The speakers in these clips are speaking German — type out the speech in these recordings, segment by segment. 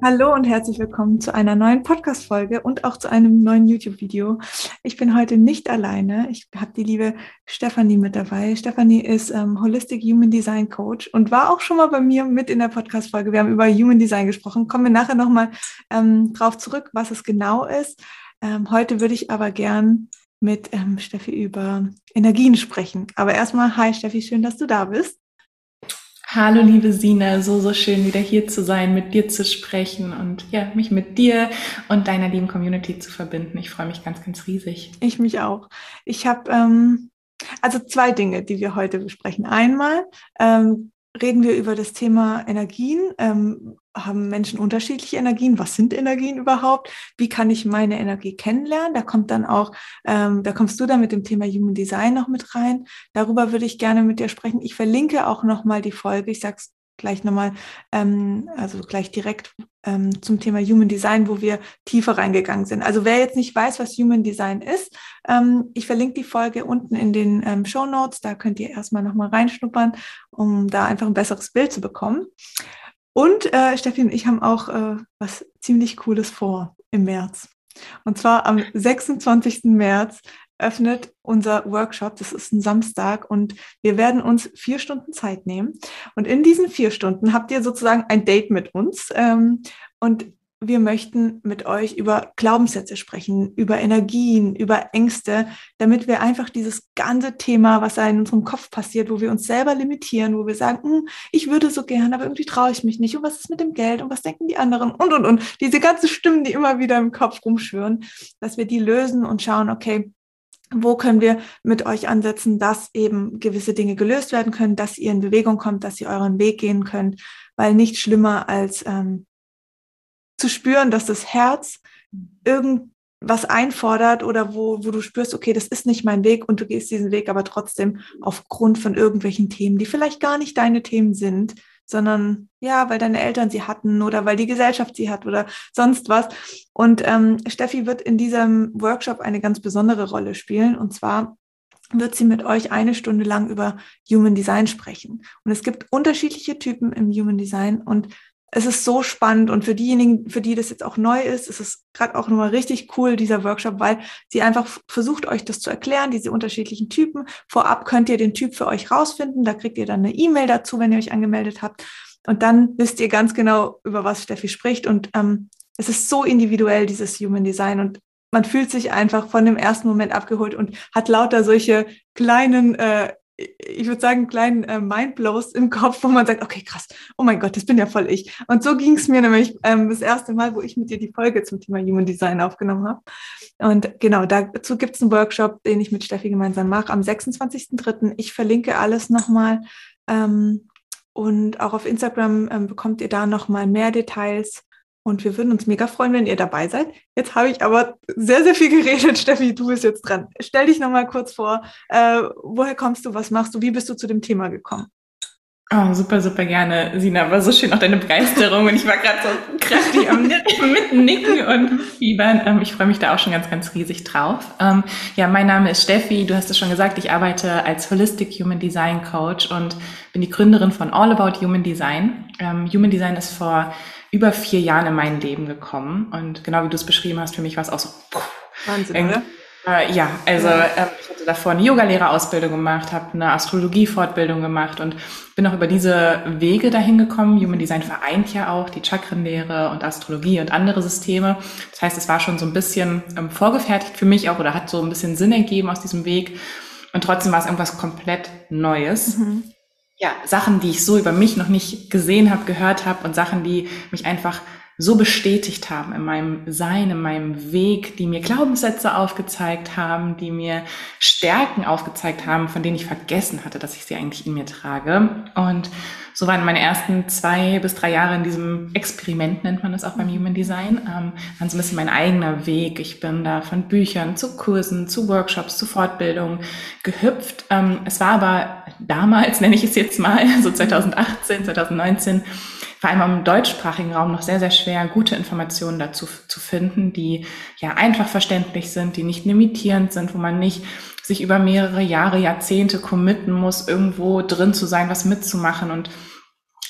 Hallo und herzlich willkommen zu einer neuen Podcast-Folge und auch zu einem neuen YouTube-Video. Ich bin heute nicht alleine. Ich habe die liebe Stefanie mit dabei. Stefanie ist Holistic Human Design Coach und war auch schon mal bei mir mit in der Podcast-Folge. Wir haben über Human Design gesprochen. Kommen wir nachher nochmal drauf zurück, was es genau ist. Heute würde ich aber gern mit Steffi über Energien sprechen. Aber erstmal, hi Steffi, schön, dass du da bist. Hallo liebe Sina, so schön wieder hier zu sein, mit dir zu sprechen und ja, mich mit dir und deiner lieben Community zu verbinden. Ich freue mich ganz riesig. Ich mich auch. Ich habe also zwei Dinge, die wir heute besprechen. Einmal reden wir über das Thema Energien. Haben Menschen unterschiedliche Energien? Was sind Energien überhaupt? Wie kann ich meine Energie kennenlernen? Da kommt dann auch, da kommst du dann mit dem Thema Human Design noch mit rein. Darüber würde ich gerne mit dir sprechen. Ich verlinke auch nochmal die Folge. Ich sage es gleich nochmal, also gleich direkt zum Thema Human Design, wo wir tiefer reingegangen sind. Also wer jetzt nicht weiß, was Human Design ist, ich verlinke die Folge unten in den Shownotes. Da könnt ihr erstmal nochmal reinschnuppern, um da einfach ein besseres Bild zu bekommen. Und Steffi und ich haben auch was ziemlich Cooles vor im März. Und zwar am 26. März öffnet unser Workshop. Das ist ein Samstag und wir werden uns 4 Stunden Zeit nehmen. Und in diesen 4 Stunden habt ihr sozusagen ein Date mit uns. Und wir möchten mit euch über Glaubenssätze sprechen, über Energien, über Ängste, damit wir einfach dieses ganze Thema, was da in unserem Kopf passiert, wo wir uns selber limitieren, wo wir sagen, ich würde so gern, aber irgendwie traue ich mich nicht. Und was ist mit dem Geld? Und was denken die anderen? Und. Diese ganzen Stimmen, die immer wieder im Kopf rumschwirren, dass wir die lösen und schauen, okay, wo können wir mit euch ansetzen, dass eben gewisse Dinge gelöst werden können, dass ihr in Bewegung kommt, dass ihr euren Weg gehen könnt, weil nichts schlimmer als zu spüren, dass das Herz irgendwas einfordert oder wo du spürst, okay, das ist nicht mein Weg und du gehst diesen Weg aber trotzdem aufgrund von irgendwelchen Themen, die vielleicht gar nicht deine Themen sind, sondern ja, weil deine Eltern sie hatten oder weil die Gesellschaft sie hat oder sonst was. Und Steffi wird in diesem Workshop eine ganz besondere Rolle spielen und zwar wird sie mit euch 1 Stunde lang über Human Design sprechen. Und es gibt unterschiedliche Typen im Human Design und es ist so spannend und für diejenigen, für die das jetzt auch neu ist, ist es gerade auch nochmal richtig cool, dieser Workshop, weil sie einfach versucht, euch das zu erklären, diese unterschiedlichen Typen. Vorab könnt ihr den Typ für euch rausfinden, da kriegt ihr dann eine E-Mail dazu, wenn ihr euch angemeldet habt. Und dann wisst ihr ganz genau, über was Steffi spricht. Und es ist so individuell, dieses Human Design. Und man fühlt sich einfach von dem ersten Moment abgeholt und hat lauter solche kleinen ich würde sagen, kleinen Mindblows im Kopf, wo man sagt, okay, krass, oh mein Gott, das bin ja voll ich. Und so ging es mir nämlich das erste Mal, wo ich mit dir die Folge zum Thema Human Design aufgenommen habe. Und genau, dazu gibt es einen Workshop, den ich mit Steffi gemeinsam mache, am 26.03. Ich verlinke alles nochmal. Und auch auf Instagram bekommt ihr da nochmal mehr Details. Und wir würden uns mega freuen, wenn ihr dabei seid. Jetzt habe ich aber sehr viel geredet. Steffi, du bist jetzt dran. Stell dich nochmal kurz vor. Woher kommst du? Was machst du? Wie bist du zu dem Thema gekommen? Oh, super gerne, Sina. War so schön auch deine Begeisterung und ich war gerade so kräftig am Mitnicken und Fiebern. Ich freue mich da auch schon ganz riesig drauf. Ja, mein Name ist Steffi. Du hast es schon gesagt, ich arbeite als Holistic Human Design Coach und bin die Gründerin von All About Human Design. Human Design ist vor über 4 Jahren in mein Leben gekommen und genau wie du es beschrieben hast, für mich war es auch so Wahnsinn, oder? Ja, also ich hatte davor eine Yogalehrerausbildung gemacht, habe eine Astrologie-Fortbildung gemacht und bin auch über diese Wege dahin gekommen. Human Design vereint ja auch die Chakrenlehre und Astrologie und andere Systeme. Das heißt, es war schon so ein bisschen vorgefertigt für mich auch oder hat so ein bisschen Sinn ergeben aus diesem Weg. Und trotzdem war es irgendwas komplett Neues. Ja, Sachen, die ich so über mich noch nicht gesehen habe, gehört habe und Sachen, die mich einfach so bestätigt haben in meinem Sein, in meinem Weg, die mir Glaubenssätze aufgezeigt haben, die mir Stärken aufgezeigt haben, von denen ich vergessen hatte, dass ich sie eigentlich in mir trage. Und so waren meine ersten 2 bis 3 Jahre in diesem Experiment, nennt man das auch beim Human Design, waren so ein bisschen mein eigener Weg. Ich bin da von Büchern zu Kursen, zu Workshops, zu Fortbildungen gehüpft. Es war aber damals, nenne ich es jetzt mal, so 2018, 2019, vor allem im deutschsprachigen Raum noch sehr schwer, gute Informationen dazu zu finden, die ja einfach verständlich sind, die nicht limitierend sind, wo man nicht sich über mehrere Jahre, Jahrzehnte committen muss, irgendwo drin zu sein, was mitzumachen. Und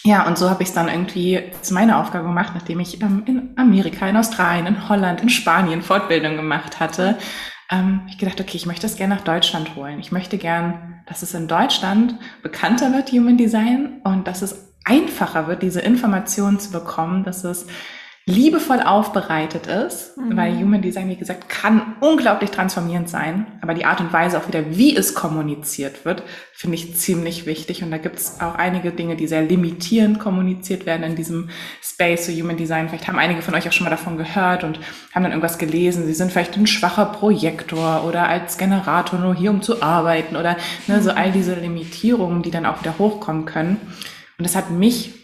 Ja, und so habe ich es dann irgendwie zu meiner Aufgabe gemacht, nachdem ich in Amerika, in Australien, in Holland, in Spanien Fortbildung gemacht hatte. Ich gedacht, okay, ich möchte es gerne nach Deutschland holen. Ich möchte gern, dass es in Deutschland bekannter wird, Human Design, und dass es einfacher wird, diese Informationen zu bekommen, dass es liebevoll aufbereitet ist, weil Human Design, wie gesagt, kann unglaublich transformierend sein, aber die Art und Weise auch wieder, wie es kommuniziert wird, finde ich ziemlich wichtig, und da gibt es auch einige Dinge, die sehr limitierend kommuniziert werden in diesem Space, so Human Design. Vielleicht haben einige von euch auch schon mal davon gehört und haben dann irgendwas gelesen, sie sind vielleicht ein schwacher Projektor oder als Generator nur hier, um zu arbeiten, oder ne, so all diese Limitierungen, die dann auch wieder hochkommen können. Und das hat mich,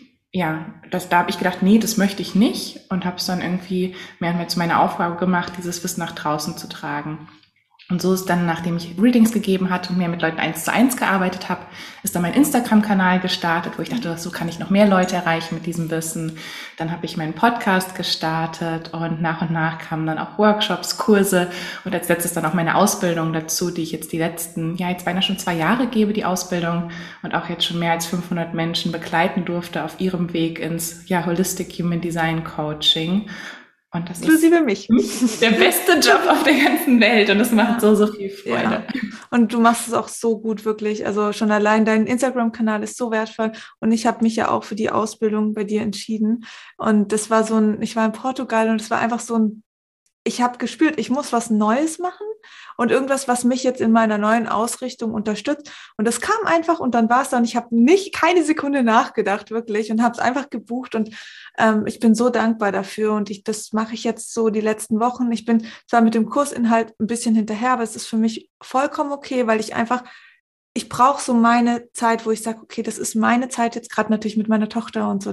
da habe ich gedacht, nee, das möchte ich nicht, und habe es dann irgendwie mehr und mehr zu meiner Aufgabe gemacht, dieses Wissen nach draußen zu tragen. Und so ist dann, nachdem ich Readings gegeben hatte und mehr mit Leuten 1:1 gearbeitet habe, ist dann mein Instagram-Kanal gestartet, wo ich dachte, so kann ich noch mehr Leute erreichen mit diesem Wissen. Dann habe ich meinen Podcast gestartet, und nach kamen dann auch Workshops, Kurse und als letztes dann auch meine Ausbildung dazu, die ich jetzt die letzten, jetzt beinahe schon 2 Jahre gebe, die Ausbildung, und auch jetzt schon mehr als 500 Menschen begleiten durfte auf ihrem Weg ins Holistic Human Design Coaching. Und das Inklusive mich. Der beste Job auf der ganzen Welt, und es macht so viel Freude. Ja. Und du machst es auch so gut, wirklich. Also schon allein dein Instagram-Kanal ist so wertvoll. Und ich habe mich ja auch für die Ausbildung bei dir entschieden. Und das war ich war in Portugal, und es war einfach ich habe gespürt, ich muss was Neues machen und irgendwas, was mich jetzt in meiner neuen Ausrichtung unterstützt. Und das kam einfach, und dann war es da, und ich habe keine Sekunde nachgedacht, wirklich, und habe es einfach gebucht, und ich bin so dankbar dafür, und das mache ich jetzt so die letzten Wochen. Ich bin zwar mit dem Kursinhalt ein bisschen hinterher, aber es ist für mich vollkommen okay, weil ich brauche so meine Zeit, wo ich sage, okay, das ist meine Zeit jetzt gerade, natürlich mit meiner Tochter und so.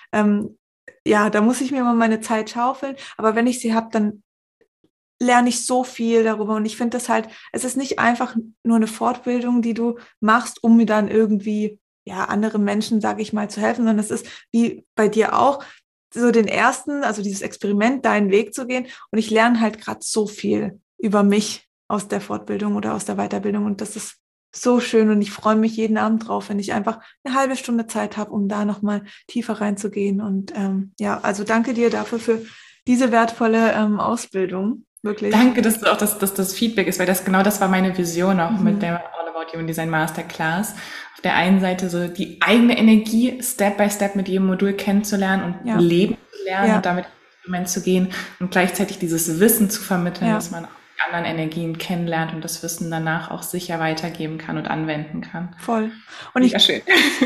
Da muss ich mir mal meine Zeit schaufeln, aber wenn ich sie habe, dann lerne ich so viel darüber, und ich finde es ist nicht einfach nur eine Fortbildung, die du machst, um mir dann irgendwie, anderen Menschen, sage ich mal, zu helfen, sondern es ist wie bei dir auch, so also dieses Experiment, deinen Weg zu gehen, und ich lerne halt gerade so viel über mich aus der Fortbildung oder aus der Weiterbildung, und das ist so schön, und ich freue mich jeden Abend drauf, wenn ich einfach eine halbe Stunde Zeit habe, um da nochmal tiefer reinzugehen, und also danke dir dafür für diese wertvolle Ausbildung. Wirklich. Danke, dass du auch das Feedback ist, weil das war meine Vision auch mit der All About Human Design Masterclass. Auf der einen Seite so die eigene Energie Step by Step mit jedem Modul kennenzulernen und leben zu lernen und damit ins Moment zu gehen, und gleichzeitig dieses Wissen zu vermitteln, dass man auch die anderen Energien kennenlernt und das Wissen danach auch sicher weitergeben kann und anwenden kann. Voll. Und schön.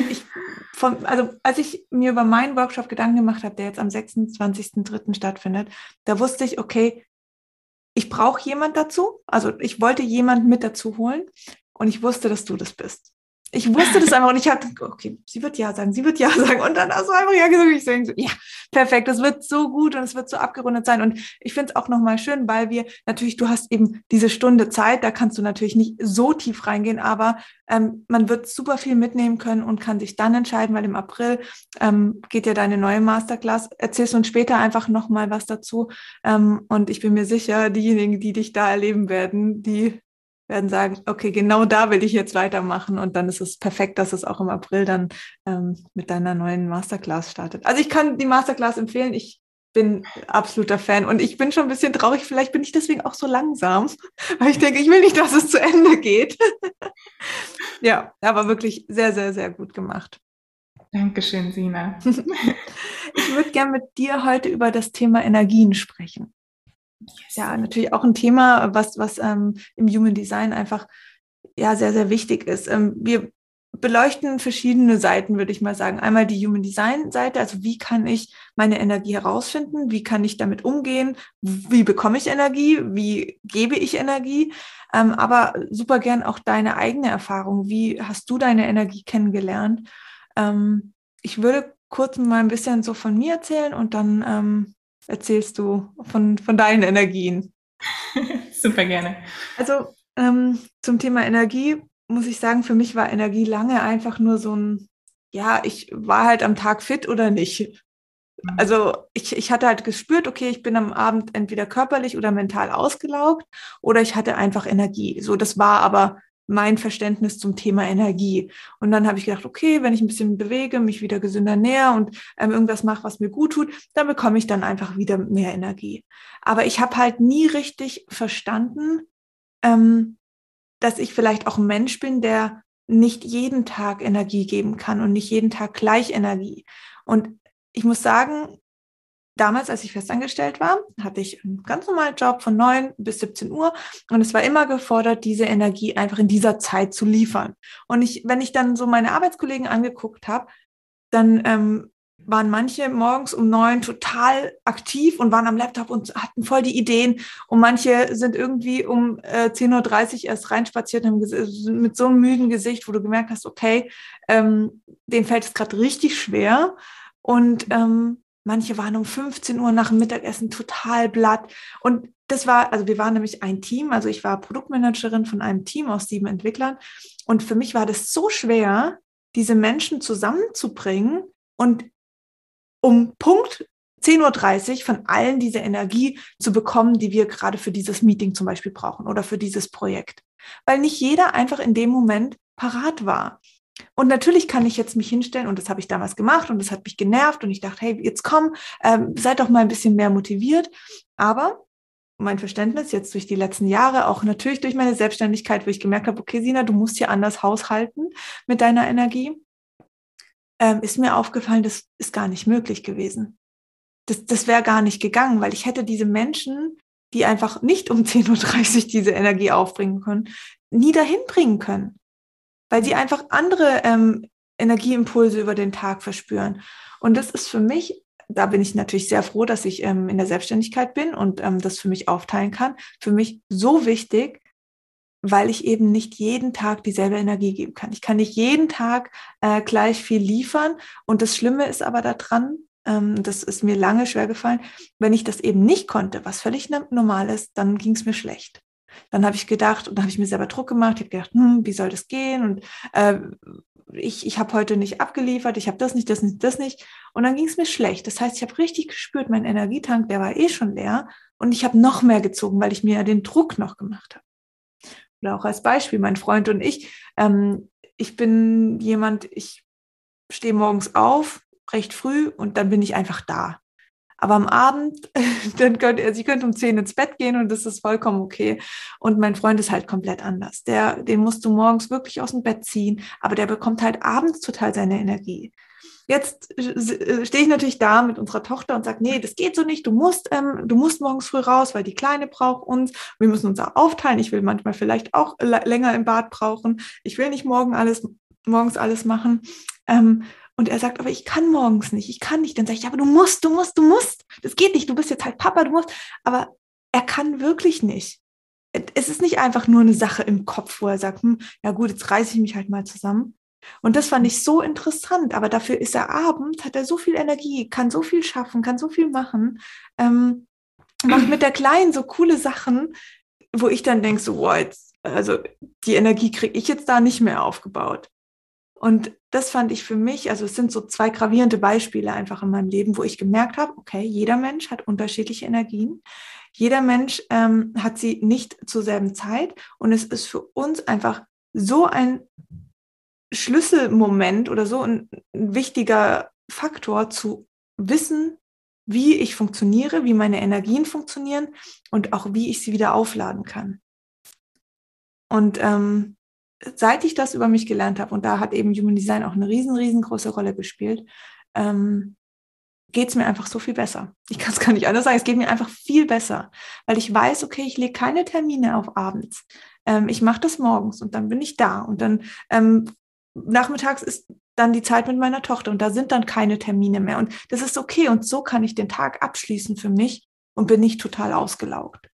Als ich mir über meinen Workshop Gedanken gemacht habe, der jetzt am 26.03. stattfindet, da wusste ich, okay, ich brauche jemand dazu. Also ich wollte jemanden mit dazu holen, und ich wusste, dass du das bist. Ich wusste das einfach, und ich hatte, okay, sie wird ja sagen, und dann hast du einfach ja gesagt, ich denke so, ja, perfekt, das wird so gut und es wird so abgerundet sein, und ich finde es auch nochmal schön, weil du hast eben diese Stunde Zeit, da kannst du natürlich nicht so tief reingehen, aber man wird super viel mitnehmen können und kann sich dann entscheiden, weil im April geht ja deine neue Masterclass. Erzählst du uns später einfach nochmal was dazu, und ich bin mir sicher, diejenigen, die dich da erleben werden, die werden sagen, okay, genau da will ich jetzt weitermachen, und dann ist es perfekt, dass es auch im April dann mit deiner neuen Masterclass startet. Also ich kann die Masterclass empfehlen, ich bin absoluter Fan, und ich bin schon ein bisschen traurig, vielleicht bin ich deswegen auch so langsam, weil ich denke, ich will nicht, dass es zu Ende geht. Ja, aber wirklich sehr, sehr, sehr gut gemacht. Dankeschön, Sina. Ich würde gerne mit dir heute über das Thema Energien sprechen. Ja, natürlich auch ein Thema, was im Human Design einfach sehr, sehr wichtig ist. Wir beleuchten verschiedene Seiten, würde ich mal sagen. Einmal die Human Design Seite, also wie kann ich meine Energie herausfinden? Wie kann ich damit umgehen? Wie bekomme ich Energie? Wie gebe ich Energie? Aber super gern auch deine eigene Erfahrung. Wie hast du deine Energie kennengelernt? Ich würde kurz mal ein bisschen so von mir erzählen, und dann erzählst du von deinen Energien. Super gerne. Also zum Thema Energie muss ich sagen, für mich war Energie lange einfach nur so ich war halt am Tag fit oder nicht. Also ich hatte halt gespürt, okay, ich bin am Abend entweder körperlich oder mental ausgelaugt, oder ich hatte einfach Energie. So, das war aber mein Verständnis zum Thema Energie. Und dann habe ich gedacht, okay, wenn ich ein bisschen bewege, mich wieder gesünder ernähre und irgendwas mache, was mir gut tut, dann bekomme ich dann einfach wieder mehr Energie. Aber ich habe halt nie richtig verstanden, dass ich vielleicht auch ein Mensch bin, der nicht jeden Tag Energie geben kann und nicht jeden Tag gleich Energie. Und ich muss sagen, damals, als ich festangestellt war, hatte ich einen ganz normalen Job von 9 bis 17 Uhr und es war immer gefordert, diese Energie einfach in dieser Zeit zu liefern. Und wenn ich dann so meine Arbeitskollegen angeguckt habe, dann waren manche morgens um 9 total aktiv und waren am Laptop und hatten voll die Ideen. Und manche sind irgendwie um 10:30 Uhr erst reinspaziert und haben mit so einem müden Gesicht, wo du gemerkt hast, okay, denen fällt es gerade richtig schwer. Und manche waren um 15 Uhr nach dem Mittagessen total platt. Und also wir waren nämlich ein Team, also ich war Produktmanagerin von einem Team aus 7 Entwicklern. Und für mich war das so schwer, diese Menschen zusammenzubringen und um Punkt 10:30 Uhr von allen diese Energie zu bekommen, die wir gerade für dieses Meeting zum Beispiel brauchen oder für dieses Projekt. Weil nicht jeder einfach in dem Moment parat war. Und natürlich kann ich jetzt mich hinstellen, und das habe ich damals gemacht und das hat mich genervt und ich dachte, hey, jetzt komm, seid doch mal ein bisschen mehr motiviert. Aber mein Verständnis jetzt durch die letzten Jahre, auch natürlich durch meine Selbstständigkeit, wo ich gemerkt habe, okay, Sina, du musst hier anders haushalten mit deiner Energie, ist mir aufgefallen, das ist gar nicht möglich gewesen. Das wäre gar nicht gegangen, weil ich hätte diese Menschen, die einfach nicht um 10:30 Uhr diese Energie aufbringen können, nie dahin bringen können, weil sie einfach andere Energieimpulse über den Tag verspüren. Und das ist für mich, da bin ich natürlich sehr froh, dass ich in der Selbstständigkeit bin und das für mich aufteilen kann, für mich so wichtig, weil ich eben nicht jeden Tag dieselbe Energie geben kann. Ich kann nicht jeden Tag gleich viel liefern. Und das Schlimme ist aber daran, das ist mir lange schwer gefallen, wenn ich das eben nicht konnte, was völlig normal ist, dann ging es mir schlecht. Dann habe ich gedacht, und dann habe ich mir selber Druck gemacht, ich habe gedacht, wie soll das gehen? Und ich habe heute nicht abgeliefert, ich habe das nicht, das nicht, das nicht. Und dann ging es mir schlecht. Das heißt, ich habe richtig gespürt, mein Energietank, der war schon leer. Und ich habe noch mehr gezogen, weil ich mir ja den Druck noch gemacht habe. Oder auch als Beispiel, mein Freund und ich bin jemand, ich stehe morgens auf, recht früh und dann bin ich einfach da. Aber am Abend, ich könnte um 10 ins Bett gehen und das ist vollkommen okay. Und mein Freund ist halt komplett anders. Den musst du morgens wirklich aus dem Bett ziehen, aber der bekommt halt abends total seine Energie. Jetzt stehe ich natürlich da mit unserer Tochter und sage, nee, das geht so nicht, du musst morgens früh raus, weil die Kleine braucht uns. Wir müssen uns auch aufteilen. Ich will manchmal vielleicht auch länger im Bad brauchen. Ich will nicht morgens alles machen. Und er sagt, aber ich kann morgens nicht, ich kann nicht. Dann sage ich, ja, aber du musst. Das geht nicht, du bist jetzt halt Papa, du musst. Aber er kann wirklich nicht. Es ist nicht einfach nur eine Sache im Kopf, wo er sagt, ja gut, jetzt reiße ich mich halt mal zusammen. Und das fand ich so interessant, aber dafür ist er abends, hat er so viel Energie, kann so viel schaffen, kann so viel machen, macht mit der Kleinen so coole Sachen, wo ich dann denke, so, wow, also die Energie kriege ich jetzt da nicht mehr aufgebaut. Und das fand ich für mich, also es sind so 2 gravierende Beispiele einfach in meinem Leben, wo ich gemerkt habe, okay, jeder Mensch hat unterschiedliche Energien. Jeder Mensch hat sie nicht zur selben Zeit. Und es ist für uns einfach so ein Schlüsselmoment oder so ein wichtiger Faktor zu wissen, wie ich funktioniere, wie meine Energien funktionieren und auch wie ich sie wieder aufladen kann. Und seit ich das über mich gelernt habe, und da hat eben Human Design auch eine riesengroße Rolle gespielt, geht es mir einfach so viel besser. Ich kann es gar nicht anders sagen, es geht mir einfach viel besser, weil ich weiß, okay, ich lege keine Termine auf abends. Ich mache das morgens und dann bin ich da und dann nachmittags ist dann die Zeit mit meiner Tochter und da sind dann keine Termine mehr und das ist okay und so kann ich den Tag abschließen für mich und bin nicht total ausgelaugt.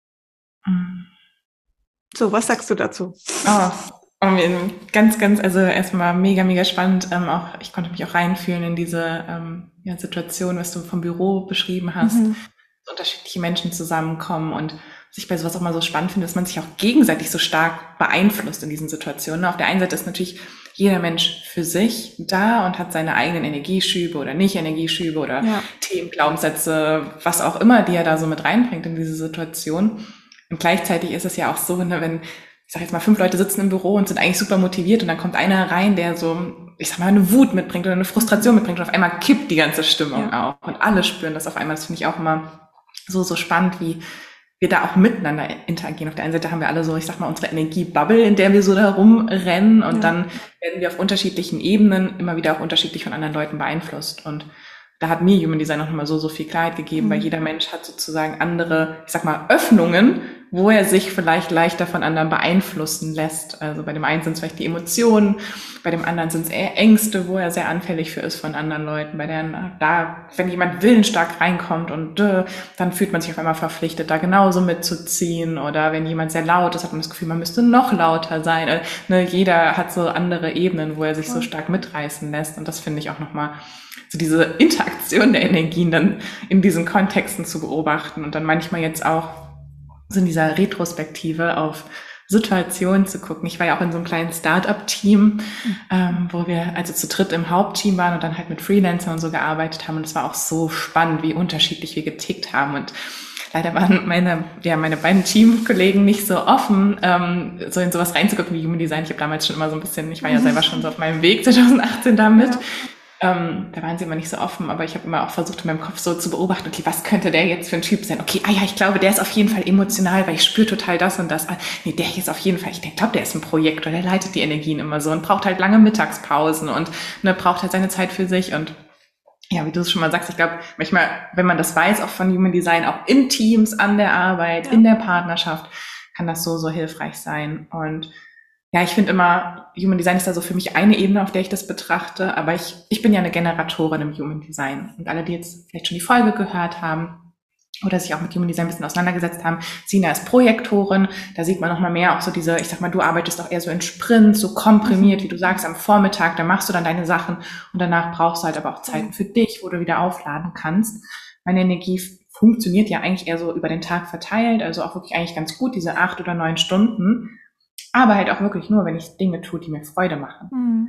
So, was sagst du dazu? Ganz, also erstmal mega spannend. Ich konnte mich auch reinfühlen in diese Situation, was du vom Büro beschrieben hast. Dass unterschiedliche Menschen zusammenkommen und was ich bei sowas auch mal so spannend finde, dass man sich auch gegenseitig so stark beeinflusst in diesen Situationen. Auf der einen Seite ist natürlich jeder Mensch für sich da und hat seine eigenen Energieschübe oder Nicht-Energieschübe oder Themen, Glaubenssätze, was auch immer, die er da so mit reinbringt in diese Situation. Und gleichzeitig ist es ja auch so, wenn ich sag jetzt mal, 5 Leute sitzen im Büro und sind eigentlich super motiviert und dann kommt einer rein, der so, ich sag mal, eine Wut mitbringt oder eine Frustration mitbringt und auf einmal kippt die ganze Stimmung auch und alle spüren das auf einmal. Das finde ich auch immer so spannend, wie wir da auch miteinander interagieren. Auf der einen Seite haben wir alle so, ich sag mal, unsere Energiebubble, in der wir so da rumrennen und dann werden wir auf unterschiedlichen Ebenen immer wieder auch unterschiedlich von anderen Leuten beeinflusst. Und da hat mir Human Design auch nochmal so viel Klarheit gegeben, weil jeder Mensch hat sozusagen andere, ich sag mal, Öffnungen, wo er sich vielleicht leichter von anderen beeinflussen lässt. Also bei dem einen sind es vielleicht die Emotionen, bei dem anderen sind es eher Ängste, wo er sehr anfällig für ist von anderen Leuten. Bei der, da, wenn jemand willensstark reinkommt und dann fühlt man sich auf einmal verpflichtet, da genauso mitzuziehen. Oder wenn jemand sehr laut ist, hat man das Gefühl, man müsste noch lauter sein. Jeder hat so andere Ebenen, wo er sich so stark mitreißen lässt. Und das finde ich auch nochmal so diese Interaktion der Energien dann in diesen Kontexten zu beobachten und dann manchmal jetzt auch so in dieser Retrospektive auf Situationen zu gucken. Ich war ja auch in so einem kleinen Start-up-Team, wo wir also zu dritt im Hauptteam waren und dann halt mit Freelancern und so gearbeitet haben und es war auch so spannend, wie unterschiedlich wir getickt haben und leider waren meine beiden Teamkollegen nicht so offen, so in sowas reinzugucken wie Human Design. Ich habe damals schon immer so ein bisschen, ich war ja selber schon so auf meinem Weg 2018 damit. Da waren sie immer nicht so offen, aber ich habe immer auch versucht, in meinem Kopf so zu beobachten, okay, was könnte der jetzt für ein Typ sein? Okay, ich glaube, der ist auf jeden Fall emotional, weil ich spüre total das und das. Nee, der hier ist auf jeden Fall, ich glaube, der ist ein Projektor, der leitet die Energien immer so und braucht halt lange Mittagspausen und braucht halt seine Zeit für sich und ja, wie du es schon mal sagst, ich glaube, manchmal, wenn man das weiß, auch von Human Design, auch in Teams, an der Arbeit, in der Partnerschaft, kann das so hilfreich sein und ja, ich finde immer, Human Design ist da so für mich eine Ebene, auf der ich das betrachte, aber ich bin ja eine Generatorin im Human Design. Und alle, die jetzt vielleicht schon die Folge gehört haben oder sich auch mit Human Design ein bisschen auseinandergesetzt haben, Sina ist Projektorin, da sieht man nochmal mehr auch so diese, ich sag mal, du arbeitest auch eher so in Sprints, so komprimiert, wie du sagst, am Vormittag, da machst du dann deine Sachen und danach brauchst du halt aber auch Zeiten für dich, wo du wieder aufladen kannst. Meine Energie funktioniert ja eigentlich eher so über den Tag verteilt, also auch wirklich eigentlich ganz gut, diese 8 oder 9 Stunden. Aber halt auch wirklich nur, wenn ich Dinge tue, die mir Freude machen.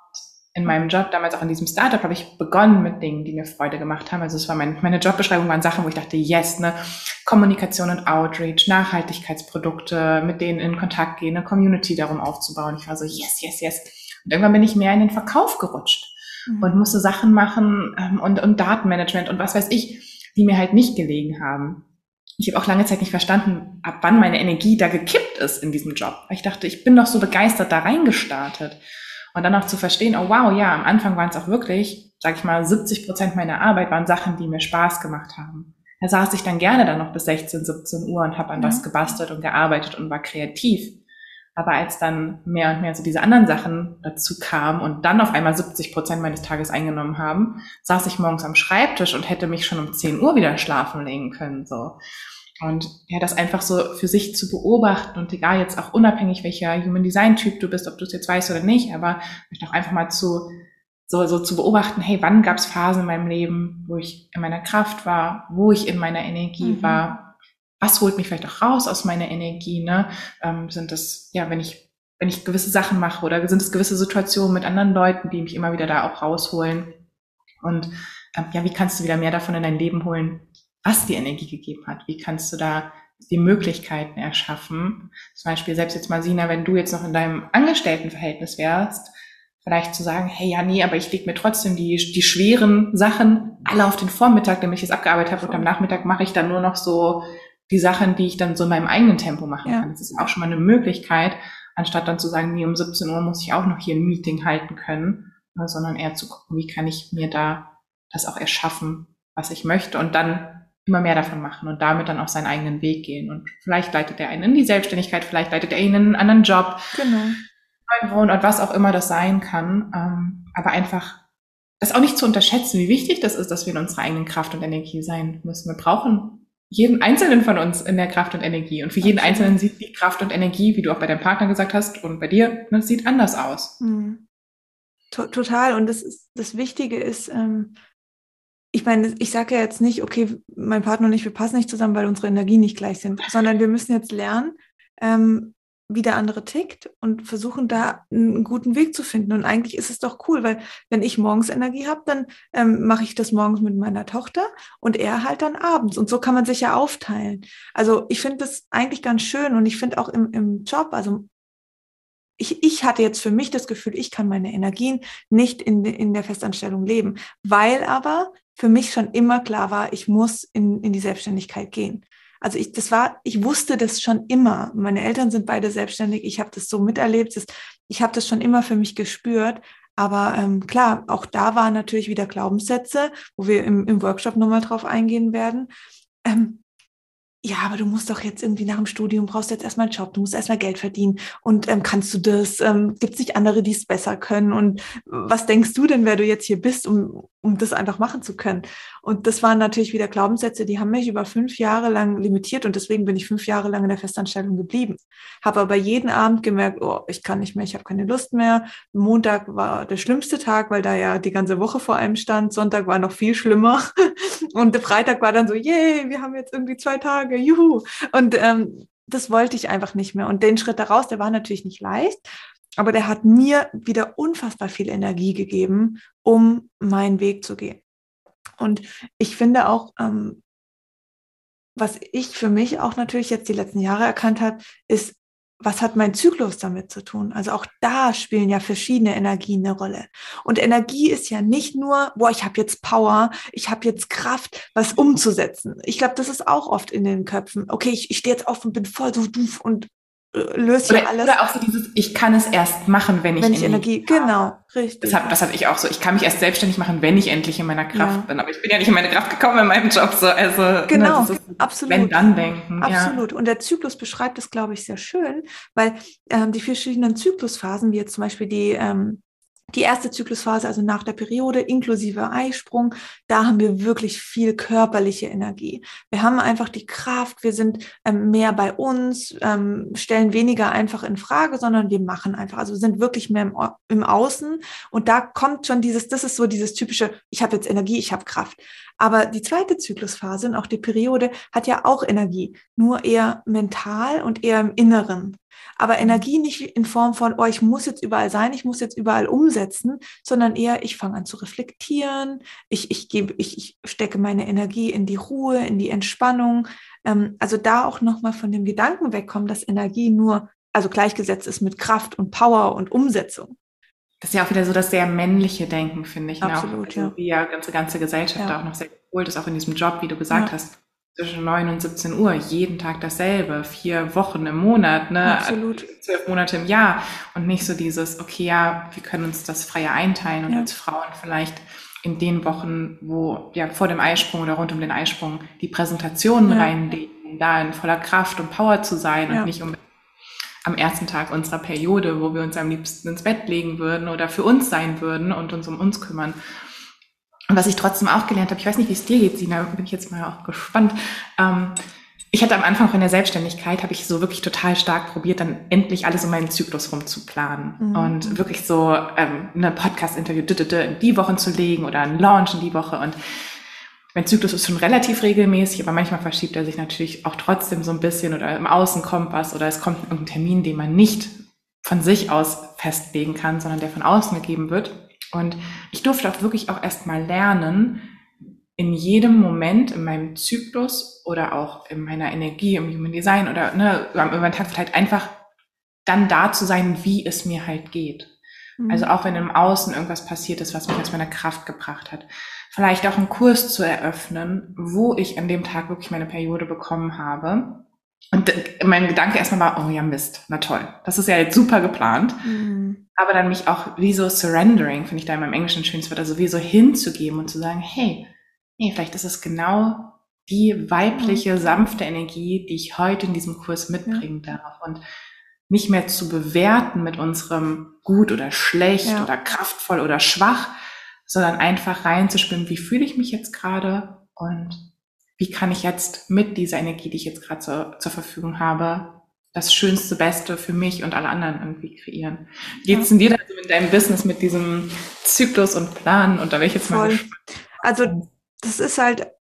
In meinem Job, damals auch in diesem Startup, habe ich begonnen mit Dingen, die mir Freude gemacht haben. Also es war meine Jobbeschreibung waren Sachen, wo ich dachte, yes, Kommunikation und Outreach, Nachhaltigkeitsprodukte, mit denen in Kontakt gehen, eine Community darum aufzubauen. Ich war so, yes, yes, yes. Und irgendwann bin ich mehr in den Verkauf gerutscht und musste Sachen machen und Datenmanagement und was weiß ich, die mir halt nicht gelegen haben. Ich habe auch lange Zeit nicht verstanden, ab wann meine Energie da gekippt ist in diesem Job. Weil ich dachte, ich bin doch so begeistert da reingestartet. Und dann auch zu verstehen, oh wow, ja, am Anfang waren es auch wirklich, sag ich mal, 70% meiner Arbeit waren Sachen, die mir Spaß gemacht haben. Da saß ich dann gerne dann noch bis 16, 17 Uhr und habe an was gebastelt und gearbeitet und war kreativ. Aber als dann mehr und mehr so diese anderen Sachen dazu kamen und dann auf einmal 70% meines Tages eingenommen haben, saß ich morgens am Schreibtisch und hätte mich schon um 10 Uhr wieder schlafen legen können, so. Und ja, das einfach so für sich zu beobachten und egal jetzt auch unabhängig, welcher Human Design Typ du bist, ob du es jetzt weißt oder nicht, aber vielleicht auch einfach mal zu beobachten, hey, wann gab es Phasen in meinem Leben, wo ich in meiner Kraft war, wo ich in meiner Energie war, was holt mich vielleicht auch raus aus meiner Energie, sind das, ja, wenn ich gewisse Sachen mache oder sind es gewisse Situationen mit anderen Leuten, die mich immer wieder da auch rausholen und ja, wie kannst du wieder mehr davon in dein Leben holen, was die Energie gegeben hat? Wie kannst du da die Möglichkeiten erschaffen? Zum Beispiel selbst jetzt mal, Sina, wenn du jetzt noch in deinem Angestelltenverhältnis wärst, vielleicht zu sagen, hey, ja, nee, aber ich lege mir trotzdem die schweren Sachen alle auf den Vormittag, damit ich es abgearbeitet habe und am Nachmittag mache ich dann nur noch so die Sachen, die ich dann so in meinem eigenen Tempo machen kann. Das ist auch schon mal eine Möglichkeit, anstatt dann zu sagen, nee, um 17 Uhr muss ich auch noch hier ein Meeting halten können, sondern eher zu gucken, wie kann ich mir da das auch erschaffen, was ich möchte und dann immer mehr davon machen und damit dann auch seinen eigenen Weg gehen. Und vielleicht leitet er einen in die Selbstständigkeit, vielleicht leitet er ihn in einen anderen Job, neuen Wohnort, was auch immer das sein kann. Aber einfach das auch nicht zu unterschätzen, wie wichtig das ist, dass wir in unserer eigenen Kraft und Energie sein müssen. Wir brauchen jeden Einzelnen von uns in der Kraft und Energie. Und für jeden Einzelnen sieht die Kraft und Energie, wie du auch bei deinem Partner gesagt hast und bei dir, sieht anders aus. Total. Und das Wichtige ist, ich meine, ich sage ja jetzt nicht, okay, mein Partner und ich, wir passen nicht zusammen, weil unsere Energien nicht gleich sind, sondern wir müssen jetzt lernen, wie der andere tickt und versuchen da einen guten Weg zu finden. Und eigentlich ist es doch cool, weil wenn ich morgens Energie habe, dann mache ich das morgens mit meiner Tochter und er halt dann abends. Und so kann man sich ja aufteilen. Also ich finde das eigentlich ganz schön und ich finde auch im Job, also ich hatte jetzt für mich das Gefühl, ich kann meine Energien nicht in der Festanstellung leben, weil aber für mich schon immer klar war, ich muss in die Selbstständigkeit gehen. Also ich wusste das schon immer. Meine Eltern sind beide selbstständig. Ich habe das so miterlebt. Ich habe das schon immer für mich gespürt. Aber klar, auch da waren natürlich wieder Glaubenssätze, wo wir im Workshop nochmal drauf eingehen werden. Ja, aber du musst doch jetzt irgendwie nach dem Studium, brauchst jetzt erstmal einen Job, du musst erstmal Geld verdienen und kannst du das, gibt es nicht andere, die es besser können und was denkst du denn, wer du jetzt hier bist, um das einfach machen zu können? Und das waren natürlich wieder Glaubenssätze, die haben mich über 5 Jahre lang limitiert und deswegen bin ich 5 Jahre lang in der Festanstellung geblieben. Habe aber jeden Abend gemerkt, oh, ich kann nicht mehr, ich habe keine Lust mehr. Montag war der schlimmste Tag, weil da ja die ganze Woche vor einem stand. Sonntag war noch viel schlimmer. Und der Freitag war dann so, yay, wir haben jetzt irgendwie 2 Tage, juhu. Und das wollte ich einfach nicht mehr. Und den Schritt daraus, der war natürlich nicht leicht, aber der hat mir wieder unfassbar viel Energie gegeben, um meinen Weg zu gehen. Und ich finde auch, was ich für mich auch natürlich jetzt die letzten Jahre erkannt habe, ist, was hat mein Zyklus damit zu tun? Also auch da spielen ja verschiedene Energien eine Rolle. Und Energie ist ja nicht nur, boah, ich habe jetzt Power, ich habe jetzt Kraft, was umzusetzen. Ich glaube, das ist auch oft in den Köpfen. Okay, ich stehe jetzt auf und bin voll so doof und löse hier alles. Oder auch so dieses, ich kann es erst machen, wenn ich Energie habe. Genau, richtig. Das hatte ich auch so. Ich kann mich erst selbstständig machen, wenn ich endlich in meiner Kraft bin. Aber ich bin ja nicht in meine Kraft gekommen in meinem Job. So. Also, genau, das ist absolut. Wenn dann denken. Absolut. Ja. Und der Zyklus beschreibt das, glaube ich, sehr schön, weil die verschiedenen Zyklusphasen, wie jetzt zum Beispiel die erste Zyklusphase, also nach der Periode, inklusive Eisprung, da haben wir wirklich viel körperliche Energie. Wir haben einfach die Kraft, wir sind mehr bei uns, stellen weniger einfach in Frage, sondern wir machen einfach. Also wir sind wirklich mehr im Außen und da kommt schon das ist so dieses typische, ich habe jetzt Energie, ich habe Kraft. Aber die zweite Zyklusphase und auch die Periode hat ja auch Energie, nur eher mental und eher im Inneren. Aber Energie nicht in Form von, oh, ich muss jetzt überall sein, ich muss jetzt überall umsetzen, sondern eher, ich fange an zu reflektieren, ich stecke meine Energie in die Ruhe, in die Entspannung. Also da auch nochmal von dem Gedanken wegkommen, dass Energie nur, also gleichgesetzt ist mit Kraft und Power und Umsetzung. Das ist ja auch wieder so das sehr männliche Denken, finde ich. Absolut, ne? Auch, also wie ja ganze Gesellschaft auch noch sehr geholt ist, auch in diesem Job, wie du gesagt hast. Zwischen 9 und 17 Uhr, jeden Tag dasselbe, 4 Wochen im Monat, ne? Absolut. 12 Monate im Jahr und nicht so dieses, okay, ja, wir können uns das freier einteilen und als Frauen vielleicht in den Wochen, wo ja vor dem Eisprung oder rund um den Eisprung die Präsentationen reinlegen, da in voller Kraft und Power zu sein und nicht am ersten Tag unserer Periode, wo wir uns am liebsten ins Bett legen würden oder für uns sein würden und uns um uns kümmern. Und was ich trotzdem auch gelernt habe, ich weiß nicht, wie es dir geht, Sina, bin ich jetzt mal auch gespannt. Ich hatte am Anfang von der Selbstständigkeit, habe ich so wirklich total stark probiert, dann endlich alles um meinen Zyklus rum zu planen. Und wirklich so eine Podcast-Interview in die Wochen zu legen oder einen Launch in die Woche. Und mein Zyklus ist schon relativ regelmäßig, aber manchmal verschiebt er sich natürlich auch trotzdem so ein bisschen oder im Außenkompass oder es kommt irgendein Termin, den man nicht von sich aus festlegen kann, sondern der von außen gegeben wird. Und ich durfte auch wirklich auch erst mal lernen, in jedem Moment in meinem Zyklus oder auch in meiner Energie, im Human Design oder über den Tag vielleicht einfach dann da zu sein, wie es mir halt geht. Also auch wenn im Außen irgendwas passiert ist, was mich aus meiner Kraft gebracht hat. Vielleicht auch einen Kurs zu eröffnen, wo ich an dem Tag wirklich meine Periode bekommen habe. Und mein Gedanke erstmal war, oh ja Mist, na toll, das ist ja jetzt super geplant. Aber dann mich auch wie so surrendering, finde ich da in meinem Englischen schönste Wort, also wie so hinzugeben und zu sagen, hey, vielleicht ist es genau die weibliche, sanfte Energie, die ich heute in diesem Kurs mitbringen darf. Und nicht mehr zu bewerten mit unserem gut oder schlecht oder kraftvoll oder schwach, sondern einfach reinzuspüren, wie fühle ich mich jetzt gerade und wie kann ich jetzt mit dieser Energie, die ich jetzt gerade zur Verfügung habe, das Schönste, Beste für mich und alle anderen irgendwie kreieren. Wie geht's denn dir da so in deinem Business mit diesem Zyklus und Plan? Und da wäre ich jetzt mal gespannt. Also das ist halt,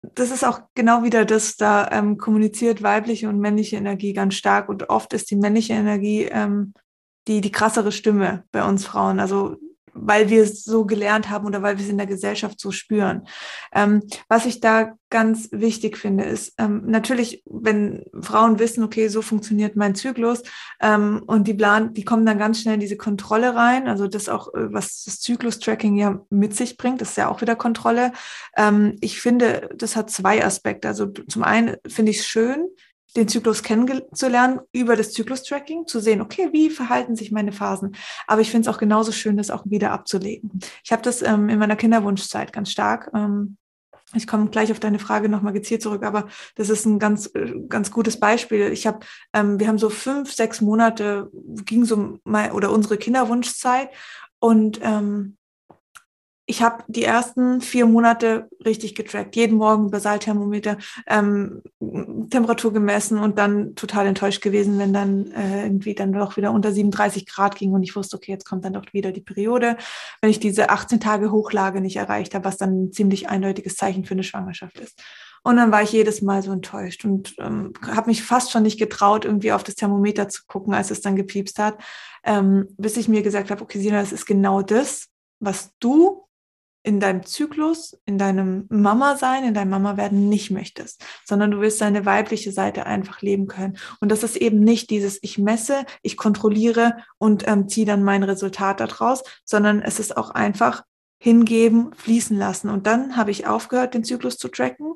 das ist auch genau wieder das, da kommuniziert weibliche und männliche Energie ganz stark und oft ist die männliche Energie die krassere Stimme bei uns Frauen, also weil wir es so gelernt haben oder weil wir es in der Gesellschaft so spüren. Was ich da ganz wichtig finde, ist natürlich, wenn Frauen wissen, okay, so funktioniert mein Zyklus und die kommen dann ganz schnell in diese Kontrolle rein, also das auch, was das Zyklus-Tracking ja mit sich bringt, das ist ja auch wieder Kontrolle. Ich finde, das hat zwei Aspekte. Also zum einen finde ich es schön, den Zyklus kennenzulernen über das Zyklus-Tracking, zu sehen, okay, wie verhalten sich meine Phasen. Aber ich finde es auch genauso schön, das auch wieder abzulegen. Ich habe das in meiner Kinderwunschzeit ganz stark. Ich komme gleich auf deine Frage nochmal gezielt zurück, aber das ist ein ganz gutes Beispiel. Wir haben so 5, 6 Monate, ging so mal, oder unsere Kinderwunschzeit und ich habe die ersten 4 Monate richtig getrackt, jeden Morgen Basalthermometer, Temperatur gemessen und dann total enttäuscht gewesen, wenn dann irgendwie dann doch wieder unter 37 Grad ging und ich wusste, okay, jetzt kommt dann doch wieder die Periode, wenn ich diese 18 Tage Hochlage nicht erreicht habe, was dann ein ziemlich eindeutiges Zeichen für eine Schwangerschaft ist. Und dann war ich jedes Mal so enttäuscht und habe mich fast schon nicht getraut, irgendwie auf das Thermometer zu gucken, als es dann gepiepst hat, bis ich mir gesagt habe, okay, Sina, das ist genau das, was du in deinem Zyklus, in deinem Mama-Sein, in deinem Mama-Werden nicht möchtest, sondern du willst deine weibliche Seite einfach leben können. Und das ist eben nicht dieses, ich messe, ich kontrolliere und ziehe dann mein Resultat daraus, sondern es ist auch einfach hingeben, fließen lassen. Und dann habe ich aufgehört, den Zyklus zu tracken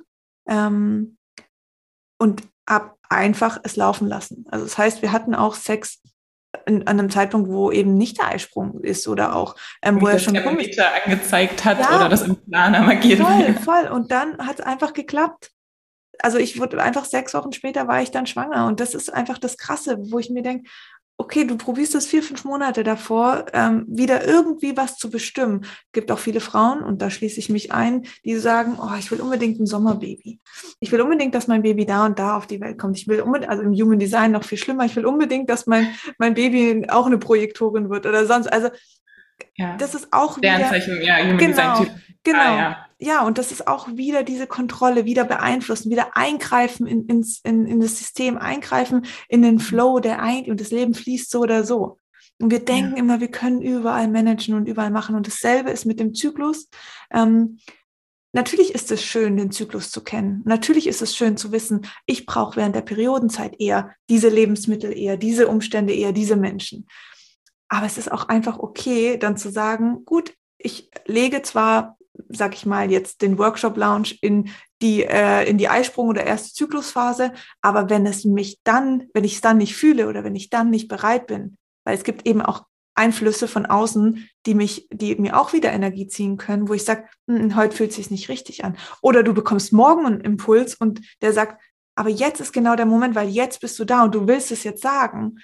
und habe einfach es laufen lassen. Also das heißt, wir hatten auch Sex an einem Zeitpunkt, wo eben nicht der Eisprung ist oder auch, wo er schon Thermometer angezeigt hat oder das im Planer markiert wird. Voll. Und dann hat es einfach geklappt. Also ich wurde einfach 6 Wochen später war ich dann schwanger und das ist einfach das Krasse, wo ich mir denke, okay, du probierst das 4, 5 Monate davor, wieder irgendwie was zu bestimmen. Es gibt auch viele Frauen, und da schließe ich mich ein, die sagen, oh, ich will unbedingt ein Sommerbaby. Ich will unbedingt, dass mein Baby da und da auf die Welt kommt. Ich will unbedingt, also im Human Design noch viel schlimmer, ich will unbedingt, dass mein Baby auch eine Projektorin wird oder sonst. Also das ist auch wieder... Sternzeichen, ja, Human Design Typ. Genau. Ja, und das ist auch wieder diese Kontrolle, wieder beeinflussen, wieder eingreifen in das System, eingreifen in den Flow, und das Leben fließt so oder so. Und wir denken immer, wir können überall managen und überall machen. Und dasselbe ist mit dem Zyklus. Natürlich ist es schön, den Zyklus zu kennen. Natürlich ist es schön zu wissen, ich brauche während der Periodenzeit eher diese Lebensmittel, eher diese Umstände, eher diese Menschen. Aber es ist auch einfach okay, dann zu sagen, gut, ich lege zwar, sag ich mal, jetzt den Workshop-Lounge in die Eisprung- oder erste Zyklusphase, aber wenn ich es dann nicht fühle oder wenn ich dann nicht bereit bin, weil es gibt eben auch Einflüsse von außen, die mir auch wieder Energie ziehen können, wo ich sage, heute fühlt es sich nicht richtig an. Oder du bekommst morgen einen Impuls und der sagt, aber jetzt ist genau der Moment, weil jetzt bist du da und du willst es jetzt sagen,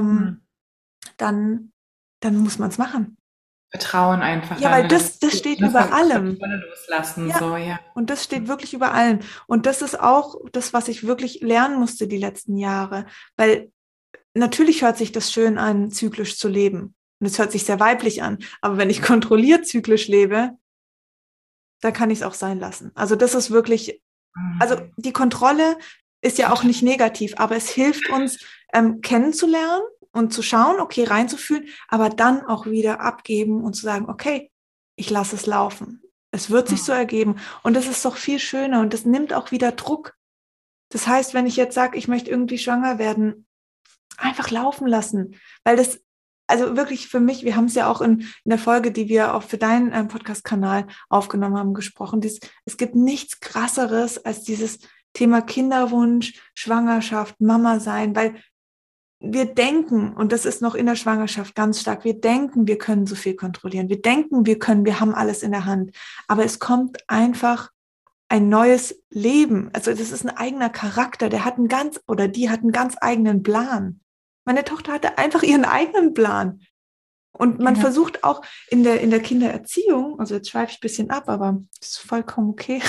dann muss man es machen. Vertrauen einfach. Ja, weil das steht über allem. Loslassen, ja. So, ja. Und das steht wirklich über allem. Und das ist auch das, was ich wirklich lernen musste die letzten Jahre. Weil natürlich hört sich das schön an, zyklisch zu leben. Und es hört sich sehr weiblich an. Aber wenn ich kontrolliert zyklisch lebe, dann kann ich es auch sein lassen. Also das ist wirklich, also die Kontrolle ist ja auch nicht negativ, aber es hilft uns, kennenzulernen und zu schauen, okay, reinzufühlen, aber dann auch wieder abgeben und zu sagen, okay, ich lasse es laufen. Es wird sich so ergeben. Und das ist doch viel schöner und das nimmt auch wieder Druck. Das heißt, wenn ich jetzt sage, ich möchte irgendwie schwanger werden, einfach laufen lassen. Weil das, also wirklich für mich, wir haben es ja auch in der Folge, die wir auch für deinen Podcast-Kanal aufgenommen haben, gesprochen, es gibt nichts Krasseres als dieses Thema Kinderwunsch, Schwangerschaft, Mama sein, weil wir denken, und das ist noch in der Schwangerschaft ganz stark, wir denken, wir können so viel kontrollieren. Wir denken, wir haben alles in der Hand. Aber es kommt einfach ein neues Leben. Also das ist ein eigener Charakter, die hat einen ganz eigenen Plan. Meine Tochter hatte einfach ihren eigenen Plan. Und man versucht auch in der Kindererziehung, also jetzt schweife ich ein bisschen ab, aber das ist vollkommen okay.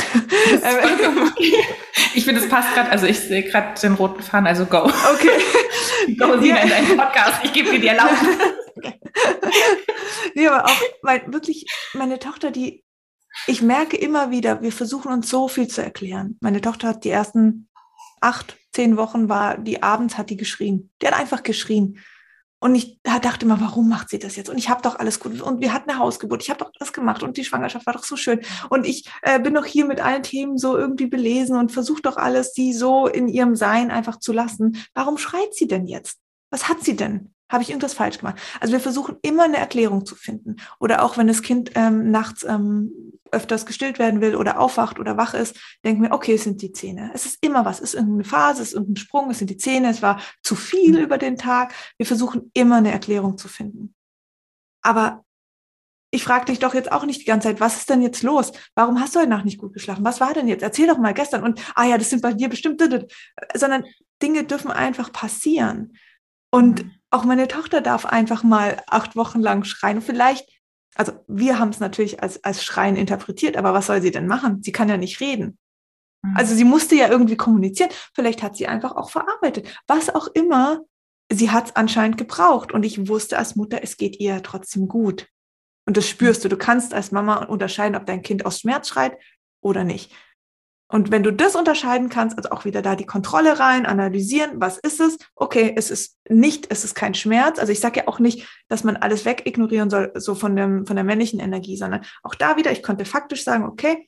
Ich finde, es passt gerade, also ich sehe gerade den roten Faden, also go. Okay. Go, Sina, in deinen Podcast, ich gebe dir die Erlaubnis. Nee, aber auch, weil wirklich meine Tochter, die ich merke immer wieder, wir versuchen uns so viel zu erklären. Meine Tochter hat die ersten 8, 10 Wochen abends hat die geschrien. Die hat einfach geschrien. Und ich dachte immer, warum macht sie das jetzt? Und ich habe doch alles gut. Und wir hatten eine Hausgeburt. Ich habe doch das gemacht. Und die Schwangerschaft war doch so schön. Und ich bin doch hier mit allen Themen so irgendwie belesen und versuche doch alles, sie so in ihrem Sein einfach zu lassen. Warum schreit sie denn jetzt? Was hat sie denn? Habe ich irgendwas falsch gemacht? Also wir versuchen immer eine Erklärung zu finden. Oder auch wenn das Kind nachts öfters gestillt werden will oder aufwacht oder wach ist, denken wir, okay, es sind die Zähne. Es ist immer was. Es ist irgendeine Phase, es ist irgendein Sprung, es sind die Zähne, es war zu viel über den Tag. Wir versuchen immer eine Erklärung zu finden. Aber ich frage dich doch jetzt auch nicht die ganze Zeit, was ist denn jetzt los? Warum hast du heute Nacht nicht gut geschlafen? Was war denn jetzt? Erzähl doch mal gestern. Und, ja, das sind bei dir bestimmt, sondern Dinge dürfen einfach passieren. Und auch meine Tochter darf einfach mal 8 Wochen lang schreien. Und vielleicht, also wir haben es natürlich als Schreien interpretiert, aber was soll sie denn machen? Sie kann ja nicht reden. Also sie musste ja irgendwie kommunizieren. Vielleicht hat sie einfach auch verarbeitet. Was auch immer, sie hat es anscheinend gebraucht. Und ich wusste als Mutter, es geht ihr trotzdem gut. Und das spürst du. Du kannst als Mama unterscheiden, ob dein Kind aus Schmerz schreit oder nicht. Und wenn du das unterscheiden kannst, also auch wieder da die Kontrolle rein, analysieren, was ist es? Okay, es ist kein Schmerz. Also ich sage ja auch nicht, dass man alles wegignorieren soll, so von der männlichen Energie, sondern auch da wieder, ich konnte faktisch sagen, okay,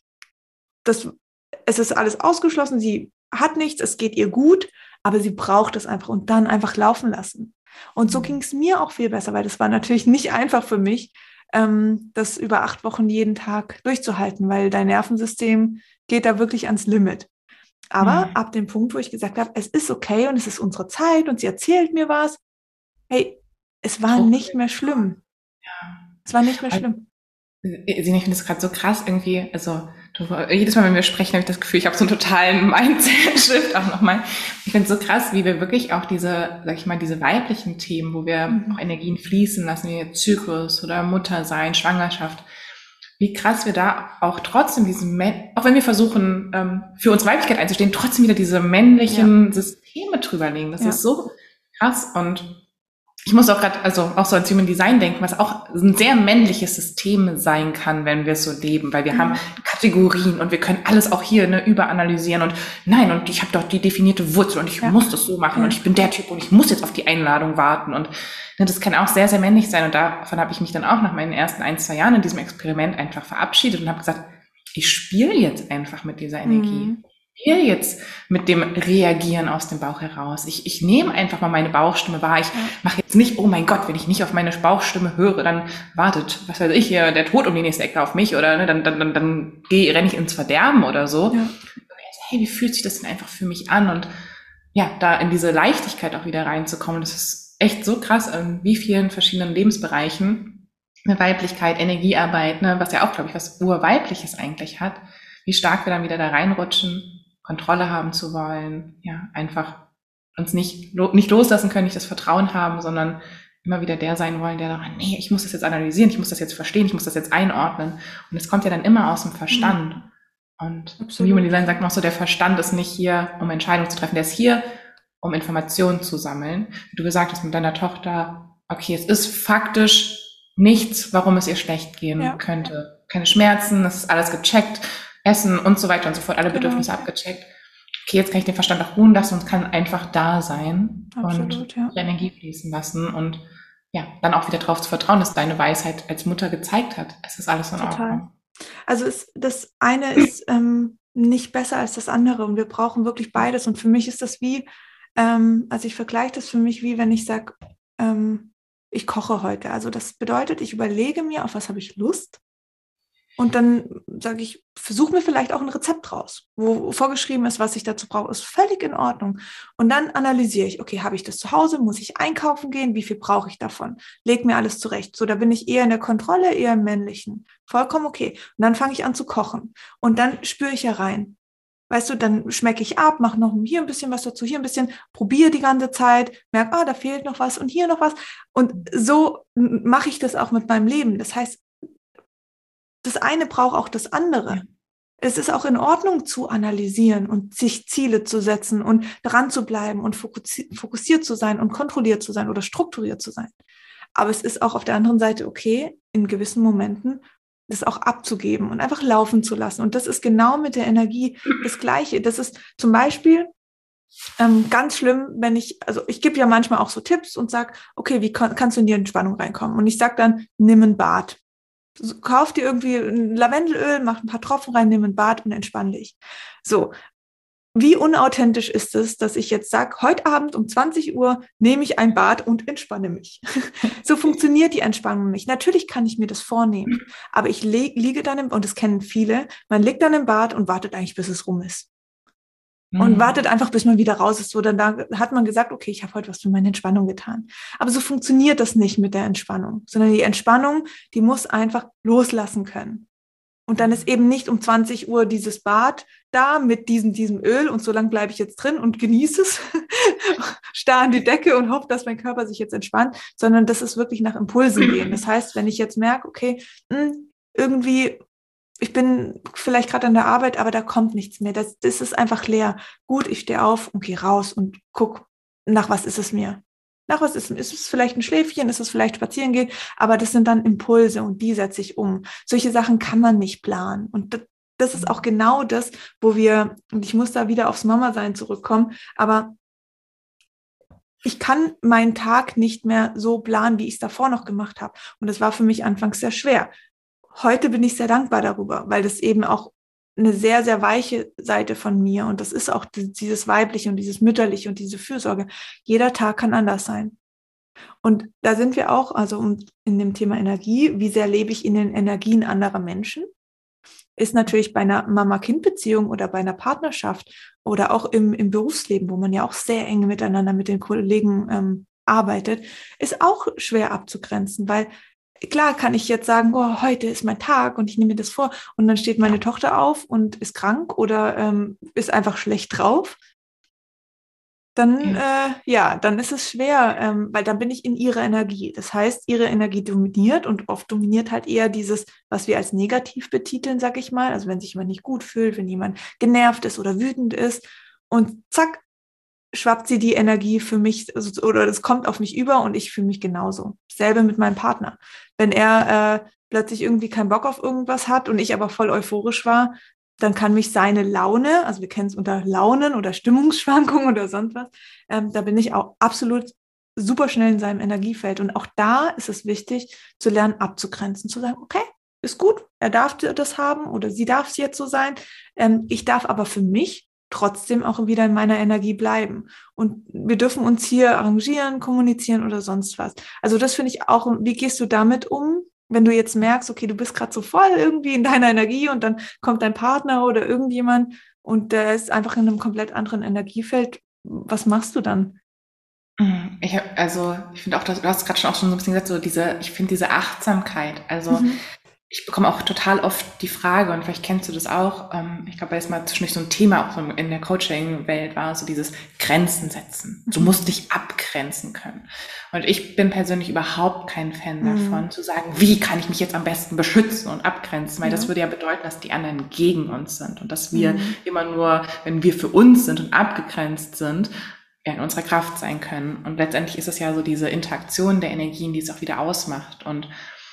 es ist alles ausgeschlossen, sie hat nichts, es geht ihr gut, aber sie braucht es einfach und dann einfach laufen lassen. Und so ging es mir auch viel besser, weil das war natürlich nicht einfach für mich, das über 8 Wochen jeden Tag durchzuhalten, weil dein Nervensystem geht da wirklich ans Limit. Aber ab dem Punkt, wo ich gesagt habe, es ist okay und es ist unsere Zeit und sie erzählt mir was, hey, es war nicht mehr schlimm. Ja. Es war nicht mehr schlimm. Ich finde das gerade so krass irgendwie, also jedes Mal, wenn wir sprechen, habe ich das Gefühl, ich habe so einen totalen Mindset-Shift auch nochmal. Ich finde es so krass, wie wir wirklich auch diese, sag ich mal, diese weiblichen Themen, wo wir auch Energien fließen lassen, wie Zyklus oder Muttersein, Schwangerschaft, wie krass wir da auch trotzdem auch wenn wir versuchen, für unsere Weiblichkeit einzustehen, trotzdem wieder diese männlichen Systeme drüberlegen. Das ist so krass. Und ich muss auch gerade, also auch so ans Human Design denken, was auch ein sehr männliches System sein kann, wenn wir es so leben, weil wir haben Kategorien und wir können alles auch hier überanalysieren und nein, und ich habe doch die definierte Wurzel und ich muss das so machen und ich bin der Typ und ich muss jetzt auf die Einladung warten und das kann auch sehr, sehr männlich sein und davon habe ich mich dann auch nach meinen ersten 1, 2 Jahren in diesem Experiment einfach verabschiedet und habe gesagt, ich spiele jetzt einfach mit dieser Energie. Ich spiele jetzt mit dem Reagieren aus dem Bauch heraus. Ich nehme einfach mal meine Bauchstimme wahr. Ich mache jetzt nicht, oh mein Gott, wenn ich nicht auf meine Bauchstimme höre, dann wartet, was weiß ich, hier der Tod um die nächste Ecke auf mich oder ne, dann renne ich ins Verderben oder so. Ja. Hey, wie fühlt sich das denn einfach für mich an? Und ja, da in diese Leichtigkeit auch wieder reinzukommen, das ist echt so krass, in wie vielen verschiedenen Lebensbereichen eine Weiblichkeit, Energiearbeit, ne, was ja auch, glaube ich, was Urweibliches eigentlich hat, wie stark wir dann wieder da reinrutschen, Kontrolle haben zu wollen, ja, einfach uns nicht loslassen können, nicht das Vertrauen haben, sondern immer wieder der sein wollen, der daran, nee, ich muss das jetzt analysieren, ich muss das jetzt verstehen, ich muss das jetzt einordnen. Und es kommt ja dann immer aus dem Verstand. Und im Human Design sagt man auch so, der Verstand ist nicht hier, um Entscheidungen zu treffen, der ist hier, um Informationen zu sammeln. Wie du gesagt hast mit deiner Tochter, okay, es ist faktisch nichts, warum es ihr schlecht gehen könnte. Keine Schmerzen, es ist alles gecheckt, Essen und so weiter und so fort, alle Bedürfnisse abgecheckt. Okay, jetzt kann ich den Verstand auch ruhen lassen und kann einfach da sein und die Energie fließen lassen und ja, dann auch wieder darauf zu vertrauen, dass deine Weisheit als Mutter gezeigt hat. Es ist alles in Ordnung. Also das eine ist nicht besser als das andere und wir brauchen wirklich beides. Und für mich ist das wie, also ich vergleiche das für mich wie, wenn ich sage, ich koche heute. Also das bedeutet, ich überlege mir, auf was habe ich Lust. Und dann sage ich, versuche mir vielleicht auch ein Rezept raus, wo vorgeschrieben ist, was ich dazu brauche, ist völlig in Ordnung. Und dann analysiere ich, okay, habe ich das zu Hause, muss ich einkaufen gehen, wie viel brauche ich davon? Leg mir alles zurecht. So, da bin ich eher in der Kontrolle, eher im Männlichen. Vollkommen okay. Und dann fange ich an zu kochen. Und dann spüre ich ja rein. Weißt du, dann schmecke ich ab, mache noch hier ein bisschen was dazu, hier ein bisschen, probiere die ganze Zeit, merke, da fehlt noch was und hier noch was. Und so mache ich das auch mit meinem Leben. Das heißt, das eine braucht auch das andere. Es ist auch in Ordnung zu analysieren und sich Ziele zu setzen und dran zu bleiben und fokussiert zu sein und kontrolliert zu sein oder strukturiert zu sein. Aber es ist auch auf der anderen Seite okay, in gewissen Momenten das auch abzugeben und einfach laufen zu lassen. Und das ist genau mit der Energie das Gleiche. Das ist zum Beispiel ganz schlimm, wenn also ich gebe ja manchmal auch so Tipps und sage, okay, wie kannst du in die Entspannung reinkommen? Und ich sage dann, nimm ein Bad. Kauf dir irgendwie ein Lavendelöl, mach ein paar Tropfen rein, nimm ein Bad und entspann dich. So, wie unauthentisch ist es, dass ich jetzt sage, heute Abend um 20 Uhr nehme ich ein Bad und entspanne mich. So funktioniert die Entspannung nicht. Natürlich kann ich mir das vornehmen, aber ich liege dann und das kennen viele, man liegt dann im Bad und wartet eigentlich, bis es rum ist. Und wartet einfach, bis man wieder raus ist. So, dann da hat man gesagt, okay, ich habe heute was für meine Entspannung getan. Aber so funktioniert das nicht mit der Entspannung, sondern die Entspannung, die muss einfach loslassen können. Und dann ist eben nicht um 20 Uhr dieses Bad da mit diesem Öl und so lange bleibe ich jetzt drin und genieße es, starr an die Decke und hoffe, dass mein Körper sich jetzt entspannt, sondern das ist wirklich nach Impulsen gehen. Das heißt, wenn ich jetzt merke, okay, irgendwie, ich bin vielleicht gerade an der Arbeit, aber da kommt nichts mehr. Das ist einfach leer. Gut, ich stehe auf und gehe raus und guck, nach was ist es mir? Nach was ist es vielleicht ein Schläfchen, ist es vielleicht spazieren gehen, aber das sind dann Impulse und die setze ich um. Solche Sachen kann man nicht planen. Und das ist auch genau das, und ich muss da wieder aufs Mama-Sein zurückkommen, aber ich kann meinen Tag nicht mehr so planen, wie ich es davor noch gemacht habe. Und das war für mich anfangs sehr schwer. Heute bin ich sehr dankbar darüber, weil das eben auch eine sehr, sehr weiche Seite von mir und das ist auch dieses Weibliche und dieses Mütterliche und diese Fürsorge. Jeder Tag kann anders sein. Und da sind wir auch, also in dem Thema Energie, wie sehr lebe ich in den Energien anderer Menschen? Ist natürlich bei einer Mama-Kind-Beziehung oder bei einer Partnerschaft oder auch im Berufsleben, wo man ja auch sehr eng miteinander mit den Kollegen arbeitet, ist auch schwer abzugrenzen, weil klar kann ich jetzt sagen, oh, heute ist mein Tag und ich nehme mir das vor und dann steht meine Tochter auf und ist krank oder ist einfach schlecht drauf. Dann, dann ist es schwer, weil dann bin ich in ihrer Energie. Das heißt, ihre Energie dominiert und oft dominiert halt eher dieses, was wir als negativ betiteln, sag ich mal. Also wenn sich jemand nicht gut fühlt, wenn jemand genervt ist oder wütend ist und zack, schwappt sie die Energie für mich oder es kommt auf mich über und ich fühle mich genauso. Selbe mit meinem Partner. Wenn er plötzlich irgendwie keinen Bock auf irgendwas hat und ich aber voll euphorisch war, dann kann mich seine Laune, also wir kennen es unter Launen oder Stimmungsschwankungen oder sonst was, da bin ich auch absolut super schnell in seinem Energiefeld. Und auch da ist es wichtig, zu lernen, abzugrenzen, zu sagen, okay, ist gut, er darf das haben oder sie darf es jetzt so sein. Ich darf aber für mich trotzdem auch wieder in meiner Energie bleiben. Und wir dürfen uns hier arrangieren, kommunizieren oder sonst was. Also das finde ich auch, wie gehst du damit um, wenn du jetzt merkst, okay, du bist gerade so voll irgendwie in deiner Energie und dann kommt dein Partner oder irgendjemand und der ist einfach in einem komplett anderen Energiefeld. Was machst du dann? Ich finde auch, du hast gerade schon so ein bisschen gesagt, ich finde diese Achtsamkeit, also Mhm. ich bekomme auch total oft die Frage, und vielleicht kennst du das auch, ich glaube, weil es mal zwischendurch so ein Thema auch so in der Coaching-Welt war, so dieses Grenzen setzen. Du musst dich abgrenzen können. Und ich bin persönlich überhaupt kein Fan davon, zu sagen, wie kann ich mich jetzt am besten beschützen und abgrenzen, weil das würde ja bedeuten, dass die anderen gegen uns sind und dass wir immer nur, wenn wir für uns sind und abgegrenzt sind, in unserer Kraft sein können. Und letztendlich ist es ja so diese Interaktion der Energien, die es auch wieder ausmacht. Und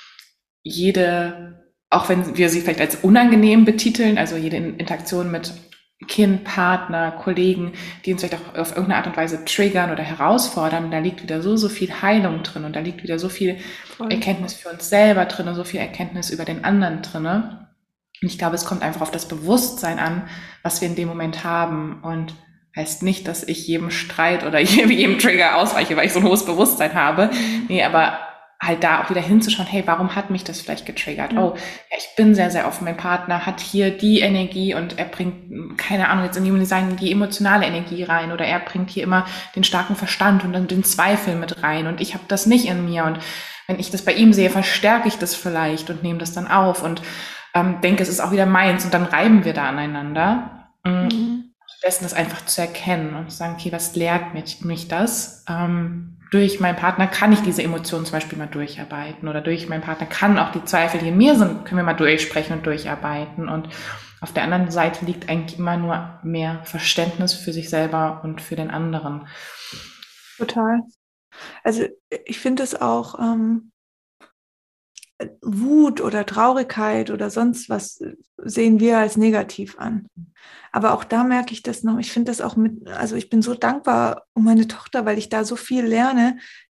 auch wenn wir sie vielleicht als unangenehm betiteln, also jede Interaktion mit Kind, Partner, Kollegen, die uns vielleicht auch auf irgendeine Art und Weise triggern oder herausfordern, da liegt wieder so viel Heilung drin und da liegt wieder so viel Erkenntnis für uns selber drin und so viel Erkenntnis über den anderen drin. Und ich glaube, es kommt einfach auf das Bewusstsein an, was wir in dem Moment haben, und heißt nicht, dass ich jedem Streit oder jedem Trigger ausweiche, weil ich so ein hohes Bewusstsein habe. Nee, aber halt da auch wieder hinzuschauen, hey, warum hat mich das vielleicht getriggert? Oh, ja, ich bin sehr, sehr offen. Mein Partner hat hier die Energie und er bringt, keine Ahnung, jetzt in Human Design die emotionale Energie rein, oder er bringt hier immer den starken Verstand und dann den Zweifel mit rein und ich habe das nicht in mir, und wenn ich das bei ihm sehe, verstärke ich das vielleicht und nehme das dann auf und denke, es ist auch wieder meins, und dann reiben wir da aneinander. Stattdessen das einfach zu erkennen und zu sagen, okay, was lehrt mich das? Durch meinen Partner kann ich diese Emotionen zum Beispiel mal durcharbeiten, oder durch meinen Partner kann auch die Zweifel, die in mir sind, können wir mal durchsprechen und durcharbeiten. Und auf der anderen Seite liegt eigentlich immer nur mehr Verständnis für sich selber und für den anderen. Total. Also ich finde es auch, Wut oder Traurigkeit oder sonst was sehen wir als negativ an. Aber auch da merke ich das noch. Ich finde das auch also ich bin so dankbar um meine Tochter, weil ich da so viel lerne.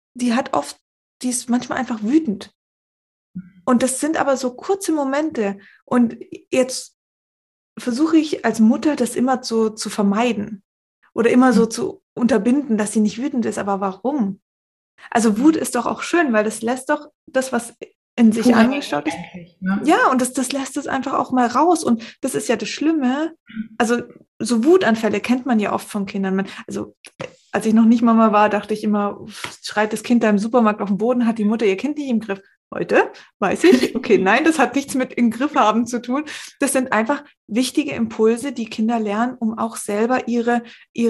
Die ist manchmal einfach wütend. Und das sind aber so kurze Momente. Und jetzt versuche ich als Mutter das immer zu vermeiden oder immer so zu unterbinden, dass sie nicht wütend ist. Aber warum? Also Wut ist doch auch schön, weil das lässt doch das, was in sich angestaut ist. Ne? Ja, und das lässt es einfach auch mal raus. Und das ist ja das Schlimme. Also so Wutanfälle kennt man ja oft von Kindern. Also als ich noch nicht Mama war, dachte ich immer, schreit das Kind da im Supermarkt auf den Boden, hat die Mutter ihr Kind nicht im Griff. Heute weiß ich, okay, nein, das hat nichts mit im Griff haben zu tun. Das sind einfach wichtige Impulse, die Kinder lernen, um auch selber ihre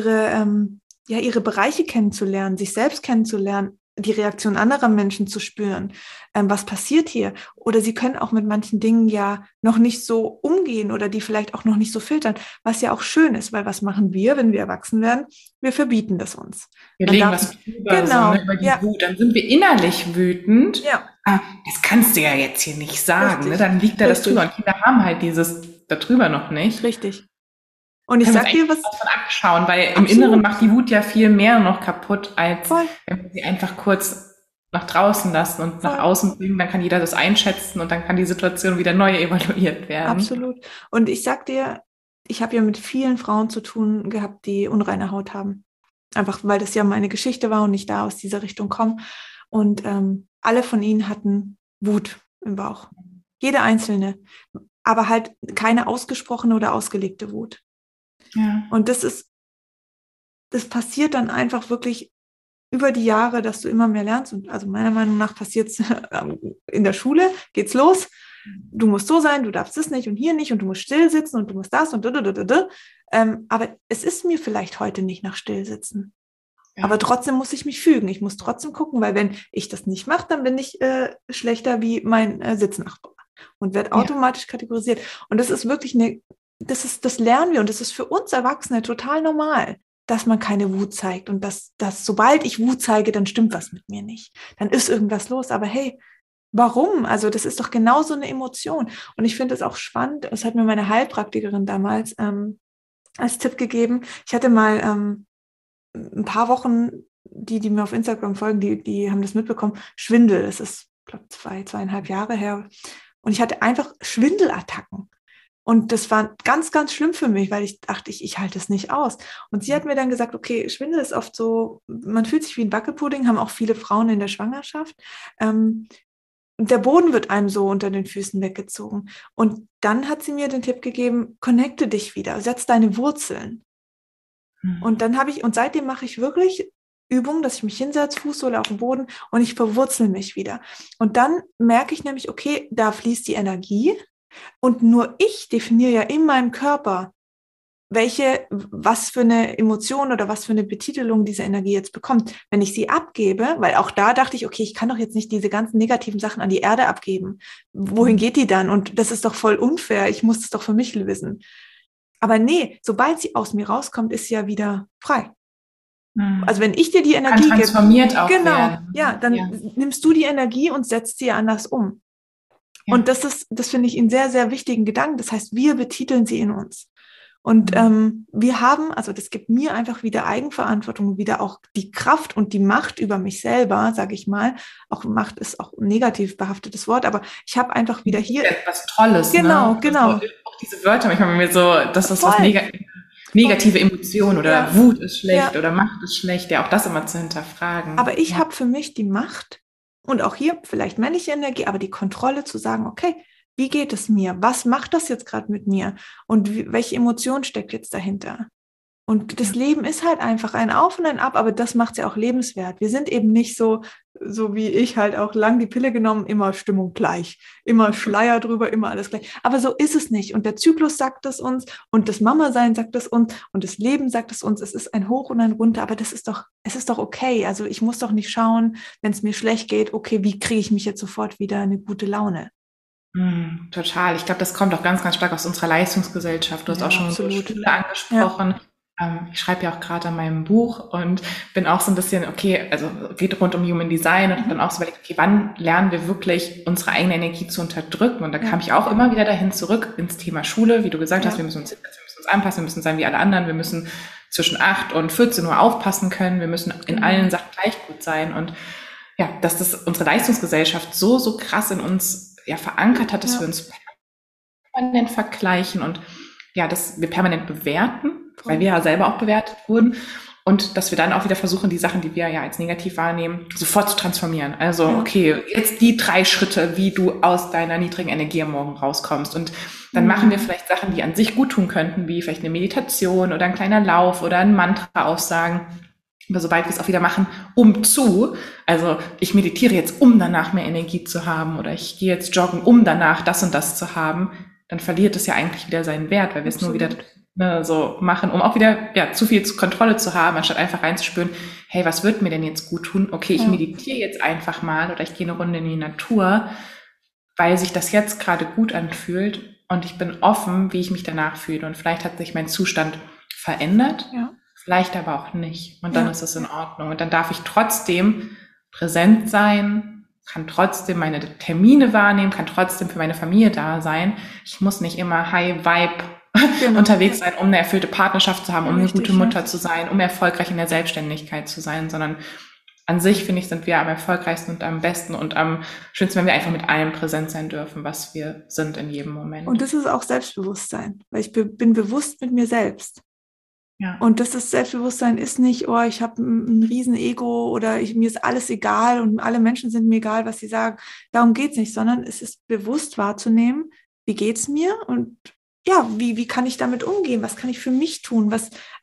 Bereiche kennenzulernen, sich selbst kennenzulernen, die Reaktion anderer Menschen zu spüren, was passiert hier. Oder sie können auch mit manchen Dingen ja noch nicht so umgehen oder die vielleicht auch noch nicht so filtern, was ja auch schön ist, weil was machen wir, wenn wir erwachsen werden? Wir verbieten das uns. Wir legen was über, über die Wut. Dann sind wir innerlich wütend. Ja. Das kannst du ja jetzt hier nicht sagen. Ne? Dann liegt da das drüber. Und Kinder haben halt dieses darüber noch nicht. Richtig. Und ich sag dir was von abschauen, weil im Inneren macht die Wut ja viel mehr noch kaputt, als wenn wir sie einfach kurz nach draußen lassen und nach außen bringen, dann kann jeder das einschätzen und dann kann die Situation wieder neu evaluiert werden. Absolut. Und ich sag dir, ich habe ja mit vielen Frauen zu tun gehabt, die unreine Haut haben. Einfach, weil das ja meine Geschichte war und ich da aus dieser Richtung komme. Und alle von ihnen hatten Wut im Bauch. Jede einzelne. Aber halt keine ausgesprochene oder ausgelegte Wut. Ja. Und das passiert dann einfach wirklich über die Jahre, dass du immer mehr lernst. Und also meiner Meinung nach passiert es in der Schule, geht's los. Du musst so sein, du darfst das nicht und hier nicht und du musst still sitzen und du musst das und aber es ist mir vielleicht heute nicht nach Stillsitzen. Ja. Aber trotzdem muss ich mich fügen. Ich muss trotzdem gucken, weil wenn ich das nicht mache, dann bin ich schlechter wie mein Sitznachbar und werde automatisch kategorisiert. Und das ist wirklich das lernen wir und das ist für uns Erwachsene total normal, dass man keine Wut zeigt und dass sobald ich Wut zeige, dann stimmt was mit mir nicht. Dann ist irgendwas los, aber hey, warum? Also das ist doch genauso eine Emotion. Und ich finde es auch spannend, das hat mir meine Heilpraktikerin damals als Tipp gegeben. Ich hatte mal ein paar Wochen, die mir auf Instagram folgen, die haben das mitbekommen, Schwindel, das ist, glaube ich, 2,5 Jahre her. Und ich hatte einfach Schwindelattacken. Und das war ganz, ganz schlimm für mich, weil ich dachte, ich halte es nicht aus. Und sie hat mir dann gesagt, okay, Schwindel ist oft so, man fühlt sich wie ein Wackelpudding, haben auch viele Frauen in der Schwangerschaft. Der Boden wird einem so unter den Füßen weggezogen. Und dann hat sie mir den Tipp gegeben, connecte dich wieder, setz deine Wurzeln. Und seitdem mache ich wirklich Übungen, dass ich mich hinsetze, Fußsohle auf den Boden und ich verwurzel mich wieder. Und dann merke ich nämlich, okay, da fließt die Energie. Und nur ich definiere ja in meinem Körper, was für eine Emotion oder was für eine Betitelung diese Energie jetzt bekommt. Wenn ich sie abgebe, weil auch da dachte ich, okay, ich kann doch jetzt nicht diese ganzen negativen Sachen an die Erde abgeben. Wohin geht die dann? Und das ist doch voll unfair. Ich muss das doch für mich lösen. Aber nee, sobald sie aus mir rauskommt, ist sie ja wieder frei. Also wenn ich dir die Energie gebe, transformiert auch werden. Ja, dann nimmst du die Energie und setzt sie anders um. Ja. Und das finde ich einen sehr, sehr wichtigen Gedanken. Das heißt, wir betiteln sie in uns. Und wir haben, also das gibt mir einfach wieder Eigenverantwortung, wieder auch die Kraft und die Macht über mich selber, sage ich mal. Auch Macht ist auch ein negativ behaftetes Wort, aber ich habe einfach wieder hier... Was Tolles, genau. Auch diese Wörter, manchmal mir so, das ist was negative Emotion oder Wut ist schlecht oder Macht ist schlecht, ja auch das immer zu hinterfragen. Aber ich habe für mich die Macht, und auch hier vielleicht männliche Energie, aber die Kontrolle zu sagen, okay, wie geht es mir? Was macht das jetzt gerade mit mir? Und welche Emotion steckt jetzt dahinter? Und das Leben ist halt einfach ein Auf und ein Ab, aber das macht es ja auch lebenswert. Wir sind eben nicht so wie ich halt auch lang die Pille genommen, immer Stimmung gleich, immer Schleier drüber, immer alles gleich. Aber so ist es nicht. Und der Zyklus sagt es uns und das Mama-Sein sagt es uns und das Leben sagt es uns. Es ist ein Hoch und ein Runter, aber es ist doch okay. Also ich muss doch nicht schauen, wenn es mir schlecht geht, okay, wie kriege ich mich jetzt sofort wieder eine gute Laune? Total. Ich glaube, das kommt auch ganz, ganz stark aus unserer Leistungsgesellschaft. Du hast auch schon so Schule angesprochen. Ja. Ich schreibe ja auch gerade an meinem Buch und bin auch so ein bisschen, okay, also geht rund um Human Design und dann auch so überlegt, okay, wann lernen wir wirklich unsere eigene Energie zu unterdrücken? Und da kam ich auch immer wieder dahin zurück ins Thema Schule, wie du gesagt hast, wir müssen uns anpassen, wir müssen sein wie alle anderen, wir müssen zwischen 8 und 14 Uhr aufpassen können, wir müssen in allen Sachen gleich gut sein und ja, dass das unsere Leistungsgesellschaft so krass in uns ja verankert hat, dass wir uns permanent vergleichen und ja, dass wir permanent bewerten, weil wir ja selber auch bewertet wurden und dass wir dann auch wieder versuchen, die Sachen, die wir ja als negativ wahrnehmen, sofort zu transformieren. Also, okay, jetzt die 3 Schritte, wie du aus deiner niedrigen Energie am Morgen rauskommst und dann machen wir vielleicht Sachen, die an sich gut tun könnten, wie vielleicht eine Meditation oder ein kleiner Lauf oder ein Mantra aussagen. Aber sobald wir es auch wieder machen, also ich meditiere jetzt, um danach mehr Energie zu haben oder ich gehe jetzt joggen, um danach das und das zu haben, dann verliert es ja eigentlich wieder seinen Wert, weil wir es nur wieder so machen, um auch wieder zu viel Kontrolle zu haben, anstatt einfach reinzuspüren, hey, was wird mir denn jetzt gut tun? Okay, ich meditiere jetzt einfach mal oder ich gehe eine Runde in die Natur, weil sich das jetzt gerade gut anfühlt und ich bin offen, wie ich mich danach fühle und vielleicht hat sich mein Zustand verändert, vielleicht aber auch nicht und dann ist es in Ordnung und dann darf ich trotzdem präsent sein, kann trotzdem meine Termine wahrnehmen, kann trotzdem für meine Familie da sein. Ich muss nicht immer High Vibe unterwegs sein, um eine erfüllte Partnerschaft zu haben, um eine gute Mutter zu sein, um erfolgreich in der Selbstständigkeit zu sein, sondern an sich, finde ich, sind wir am erfolgreichsten und am besten und am schönsten, wenn wir einfach mit allem präsent sein dürfen, was wir sind in jedem Moment. Und das ist auch Selbstbewusstsein, weil ich bin bewusst mit mir selbst. Ja. Und das ist Selbstbewusstsein ist nicht, oh, ich habe ein riesen Ego oder mir ist alles egal und alle Menschen sind mir egal, was sie sagen. Darum geht's nicht, sondern es ist bewusst wahrzunehmen, wie geht's mir und ja, wie kann ich damit umgehen? Was kann ich für mich tun?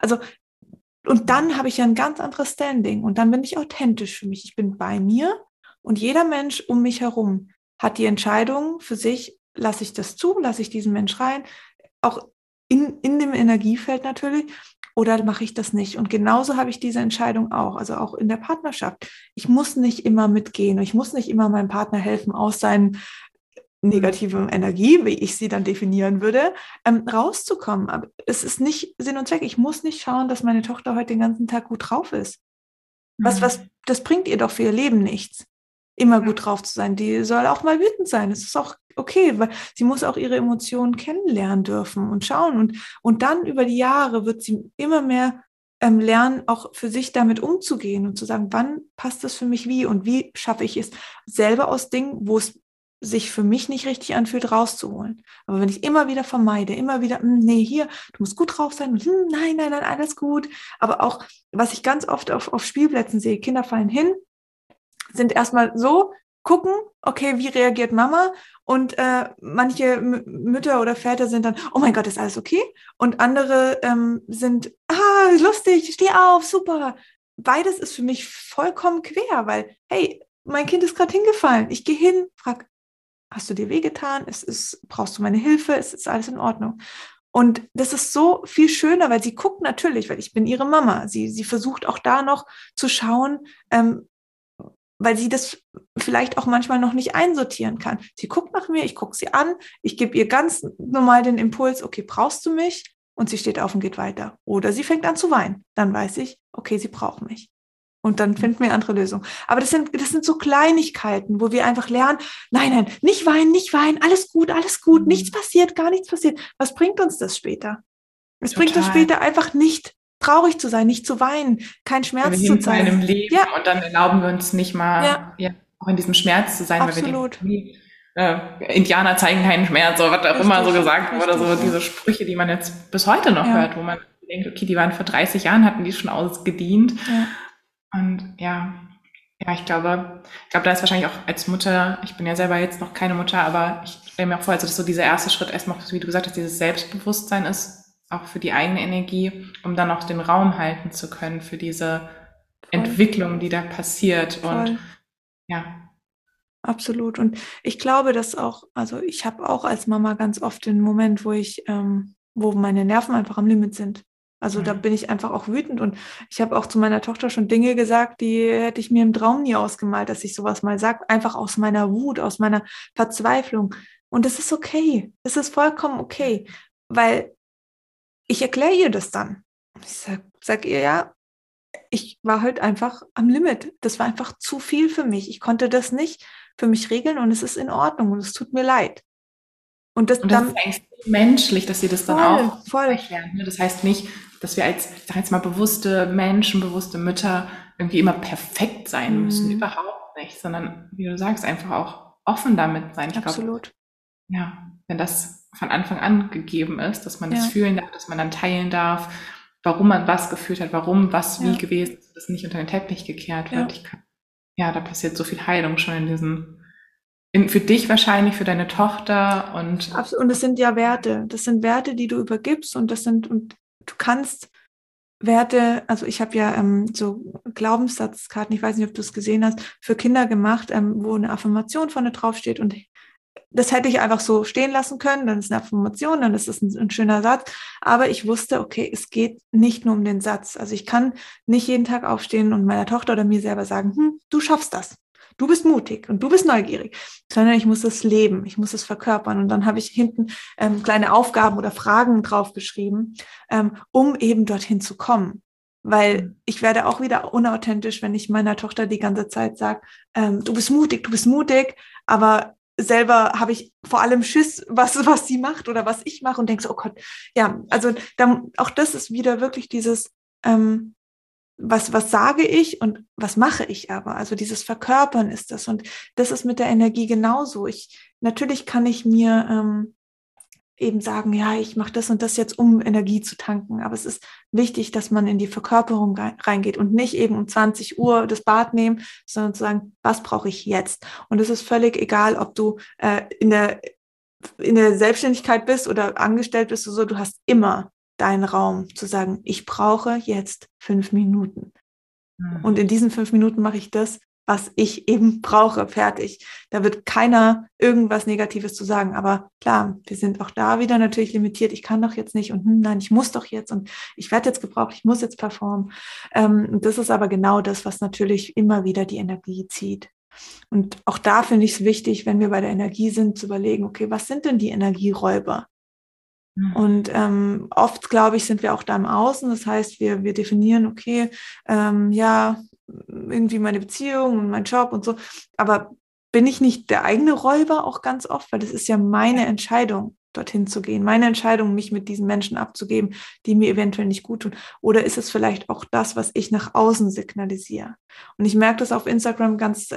Und dann habe ich ja ein ganz anderes Standing und dann bin ich authentisch für mich. Ich bin bei mir und jeder Mensch um mich herum hat die Entscheidung für sich, lasse ich das zu, lasse ich diesen Mensch rein, auch in dem Energiefeld natürlich, oder mache ich das nicht? Und genauso habe ich diese Entscheidung auch, also auch in der Partnerschaft. Ich muss nicht immer mitgehen, ich muss nicht immer meinem Partner helfen, aus seinen negativen Energie, wie ich sie dann definieren würde, rauszukommen. Aber es ist nicht Sinn und Zweck. Ich muss nicht schauen, dass meine Tochter heute den ganzen Tag gut drauf ist. Das bringt ihr doch für ihr Leben nichts, immer gut drauf zu sein. Die soll auch mal wütend sein. Es ist auch okay, weil sie muss auch ihre Emotionen kennenlernen dürfen und schauen. Und dann über die Jahre wird sie immer mehr lernen, auch für sich damit umzugehen und zu sagen, wann passt das für mich wie und wie schaffe ich es selber aus Dingen, wo es sich für mich nicht richtig anfühlt, rauszuholen. Aber wenn ich immer wieder vermeide, immer wieder, nee, hier, du musst gut drauf sein, und, nein, alles gut. Aber auch, was ich ganz oft auf Spielplätzen sehe, Kinder fallen hin, sind erstmal so, gucken, okay, wie reagiert Mama? Und manche Mütter oder Väter sind dann, oh mein Gott, ist alles okay? Und andere sind, lustig, steh auf, super. Beides ist für mich vollkommen quer, weil, hey, mein Kind ist gerade hingefallen. Ich gehe hin, frag, hast du dir wehgetan? Brauchst du meine Hilfe? Es ist alles in Ordnung. Und das ist so viel schöner, weil sie guckt natürlich, weil ich bin ihre Mama. Sie versucht auch da noch zu schauen, weil sie das vielleicht auch manchmal noch nicht einsortieren kann. Sie guckt nach mir, ich gucke sie an, ich gebe ihr ganz normal den Impuls, okay, brauchst du mich? Und sie steht auf und geht weiter. Oder sie fängt an zu weinen. Dann weiß ich, okay, sie braucht mich. Und dann finden wir andere Lösungen. Aber das sind so Kleinigkeiten, wo wir einfach lernen, nein, nicht weinen, alles gut, nichts passiert, gar nichts passiert. Was bringt uns das später? Es bringt uns später einfach nicht traurig zu sein, nicht zu weinen, kein Schmerz zu zeigen. Im Leben und dann erlauben wir uns nicht mal, auch in diesem Schmerz zu sein, Absolut. Weil wir denken, Indianer zeigen keinen Schmerz, oder was auch immer so gesagt wurde, so diese Sprüche, die man jetzt bis heute noch hört, wo man denkt, okay, die waren vor 30 Jahren, hatten die schon ausgedient. Ja. Und ich glaube, da ist wahrscheinlich auch als Mutter, ich bin ja selber jetzt noch keine Mutter, aber ich stelle mir auch vor, also dass so dieser erste Schritt erstmal, wie du gesagt hast, dieses Selbstbewusstsein ist, auch für die eigene Energie, um dann auch den Raum halten zu können für diese Entwicklung, die da passiert. Und absolut. Und ich glaube, dass auch, also ich habe auch als Mama ganz oft den Moment, wo meine Nerven einfach am Limit sind. Also da bin ich einfach auch wütend und ich habe auch zu meiner Tochter schon Dinge gesagt, die hätte ich mir im Traum nie ausgemalt, dass ich sowas mal sage, einfach aus meiner Wut, aus meiner Verzweiflung. Und das ist okay, es ist vollkommen okay, weil ich erkläre ihr das dann. Ich sag ihr, ja, ich war halt einfach am Limit. Das war einfach zu viel für mich. Ich konnte das nicht für mich regeln und es ist in Ordnung und es tut mir leid. Und das Und das ist dann eigentlich so menschlich, dass sie das dann voll, auch voll. erklären. Ne? Das heißt nicht, dass wir als, ich sag jetzt mal, bewusste Menschen, bewusste Mütter irgendwie immer perfekt sein müssen. Mhm, Überhaupt nicht. Sondern, wie du sagst, einfach auch offen damit sein. Ich glaube, absolut. ja, wenn das von Anfang an gegeben ist, dass man das Ja, fühlen darf, dass man dann teilen darf, warum man was gefühlt hat, warum was wie ja, gewesen ist, dass das nicht unter den Teppich gekehrt wird. ja. Ja, da passiert so viel Heilung schon in diesen, für dich wahrscheinlich, für deine Tochter und Absolut. Und es sind ja Werte. Das sind Werte, die du übergibst und du kannst Werte, also ich habe ja so Glaubenssatzkarten, ich weiß nicht, ob du es gesehen hast, für Kinder gemacht, wo eine Affirmation vorne draufsteht und das hätte ich einfach so stehen lassen können, dann ist eine Affirmation, dann ist es ein schöner Satz, aber ich wusste, okay, es geht nicht nur um den Satz. Also ich kann nicht jeden Tag aufstehen und meiner Tochter oder mir selber sagen, du schaffst das. Du bist mutig und du bist neugierig, sondern ich muss es leben, ich muss es verkörpern. Und dann habe ich hinten kleine Aufgaben oder Fragen draufgeschrieben, um eben dorthin zu kommen. Weil ich werde auch wieder unauthentisch, wenn ich meiner Tochter die ganze Zeit sage, du bist mutig, aber selber habe ich vor allem Schiss, was sie macht oder was ich mache und denke so, oh Gott, ja, also dann, auch das ist wieder wirklich dieses, was sage ich und was mache ich aber? Also dieses Verkörpern ist das und das ist mit der Energie genauso. Natürlich kann ich mir eben sagen, ja, ich mache das und das jetzt, um Energie zu tanken. Aber es ist wichtig, dass man in die Verkörperung reingeht und nicht eben um 20 Uhr das Bad nehmen, sondern zu sagen, was brauche ich jetzt? Und es ist völlig egal, ob du in der Selbstständigkeit bist oder angestellt bist oder so, du hast immer deinen Raum zu sagen, ich brauche jetzt 5 Minuten. Und in diesen 5 Minuten mache ich das, was ich eben brauche, fertig. Da wird keiner irgendwas Negatives zu sagen. Aber klar, wir sind auch da wieder natürlich limitiert. Ich kann doch jetzt nicht und nein, ich muss doch jetzt und ich werde jetzt gebraucht, ich muss jetzt performen. Und das ist aber genau das, was natürlich immer wieder die Energie zieht. Und auch da finde ich es wichtig, wenn wir bei der Energie sind, zu überlegen, okay, was sind denn die Energieräuber? Und oft, glaube ich, sind wir auch da im Außen. Das heißt, wir definieren, okay, ja, irgendwie meine Beziehung und mein Job und so. Aber bin ich nicht der eigene Räuber auch ganz oft? Weil das ist ja meine Entscheidung, dorthin zu gehen. Meine Entscheidung, mich mit diesen Menschen abzugeben, die mir eventuell nicht gut tun. Oder ist es vielleicht auch das, was ich nach außen signalisiere? Und ich merke das auf Instagram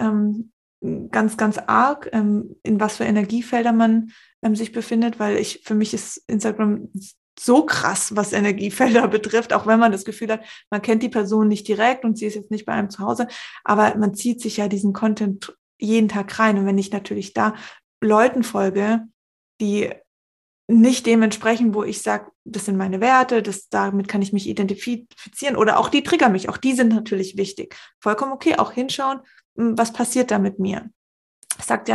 ganz arg, in was für Energiefelder man sich befindet, weil für mich ist Instagram so krass, was Energiefelder betrifft, auch wenn man das Gefühl hat, man kennt die Person nicht direkt und sie ist jetzt nicht bei einem zu Hause, aber man zieht sich ja diesen Content jeden Tag rein. Und wenn ich natürlich da Leuten folge, die nicht dementsprechend, wo ich sage, das sind meine Werte, damit kann ich mich identifizieren oder auch die triggern mich, auch die sind natürlich wichtig. Vollkommen okay, auch hinschauen, was passiert da mit mir. Das sagt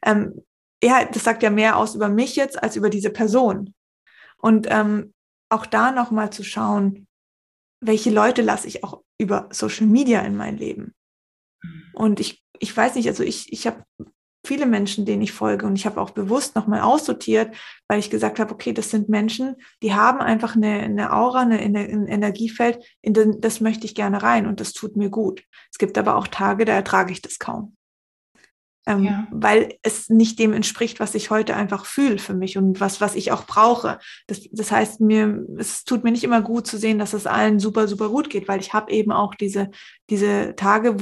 das sagt ja mehr aus über mich jetzt als über diese Person. Und auch da nochmal zu schauen, welche Leute lasse ich auch über Social Media in mein Leben. Und ich weiß nicht, also ich habe viele Menschen, denen ich folge und ich habe auch bewusst nochmal aussortiert, weil ich gesagt habe, okay, das sind Menschen, die haben einfach eine Aura, ein Energiefeld, das möchte ich gerne rein und das tut mir gut. Es gibt aber auch Tage, da ertrage ich das kaum. ja. Weil es nicht dem entspricht, was ich heute einfach fühle für mich und was ich auch brauche. Das heißt, es tut mir nicht immer gut zu sehen, dass es allen super, super gut geht, weil ich habe eben auch diese Tage,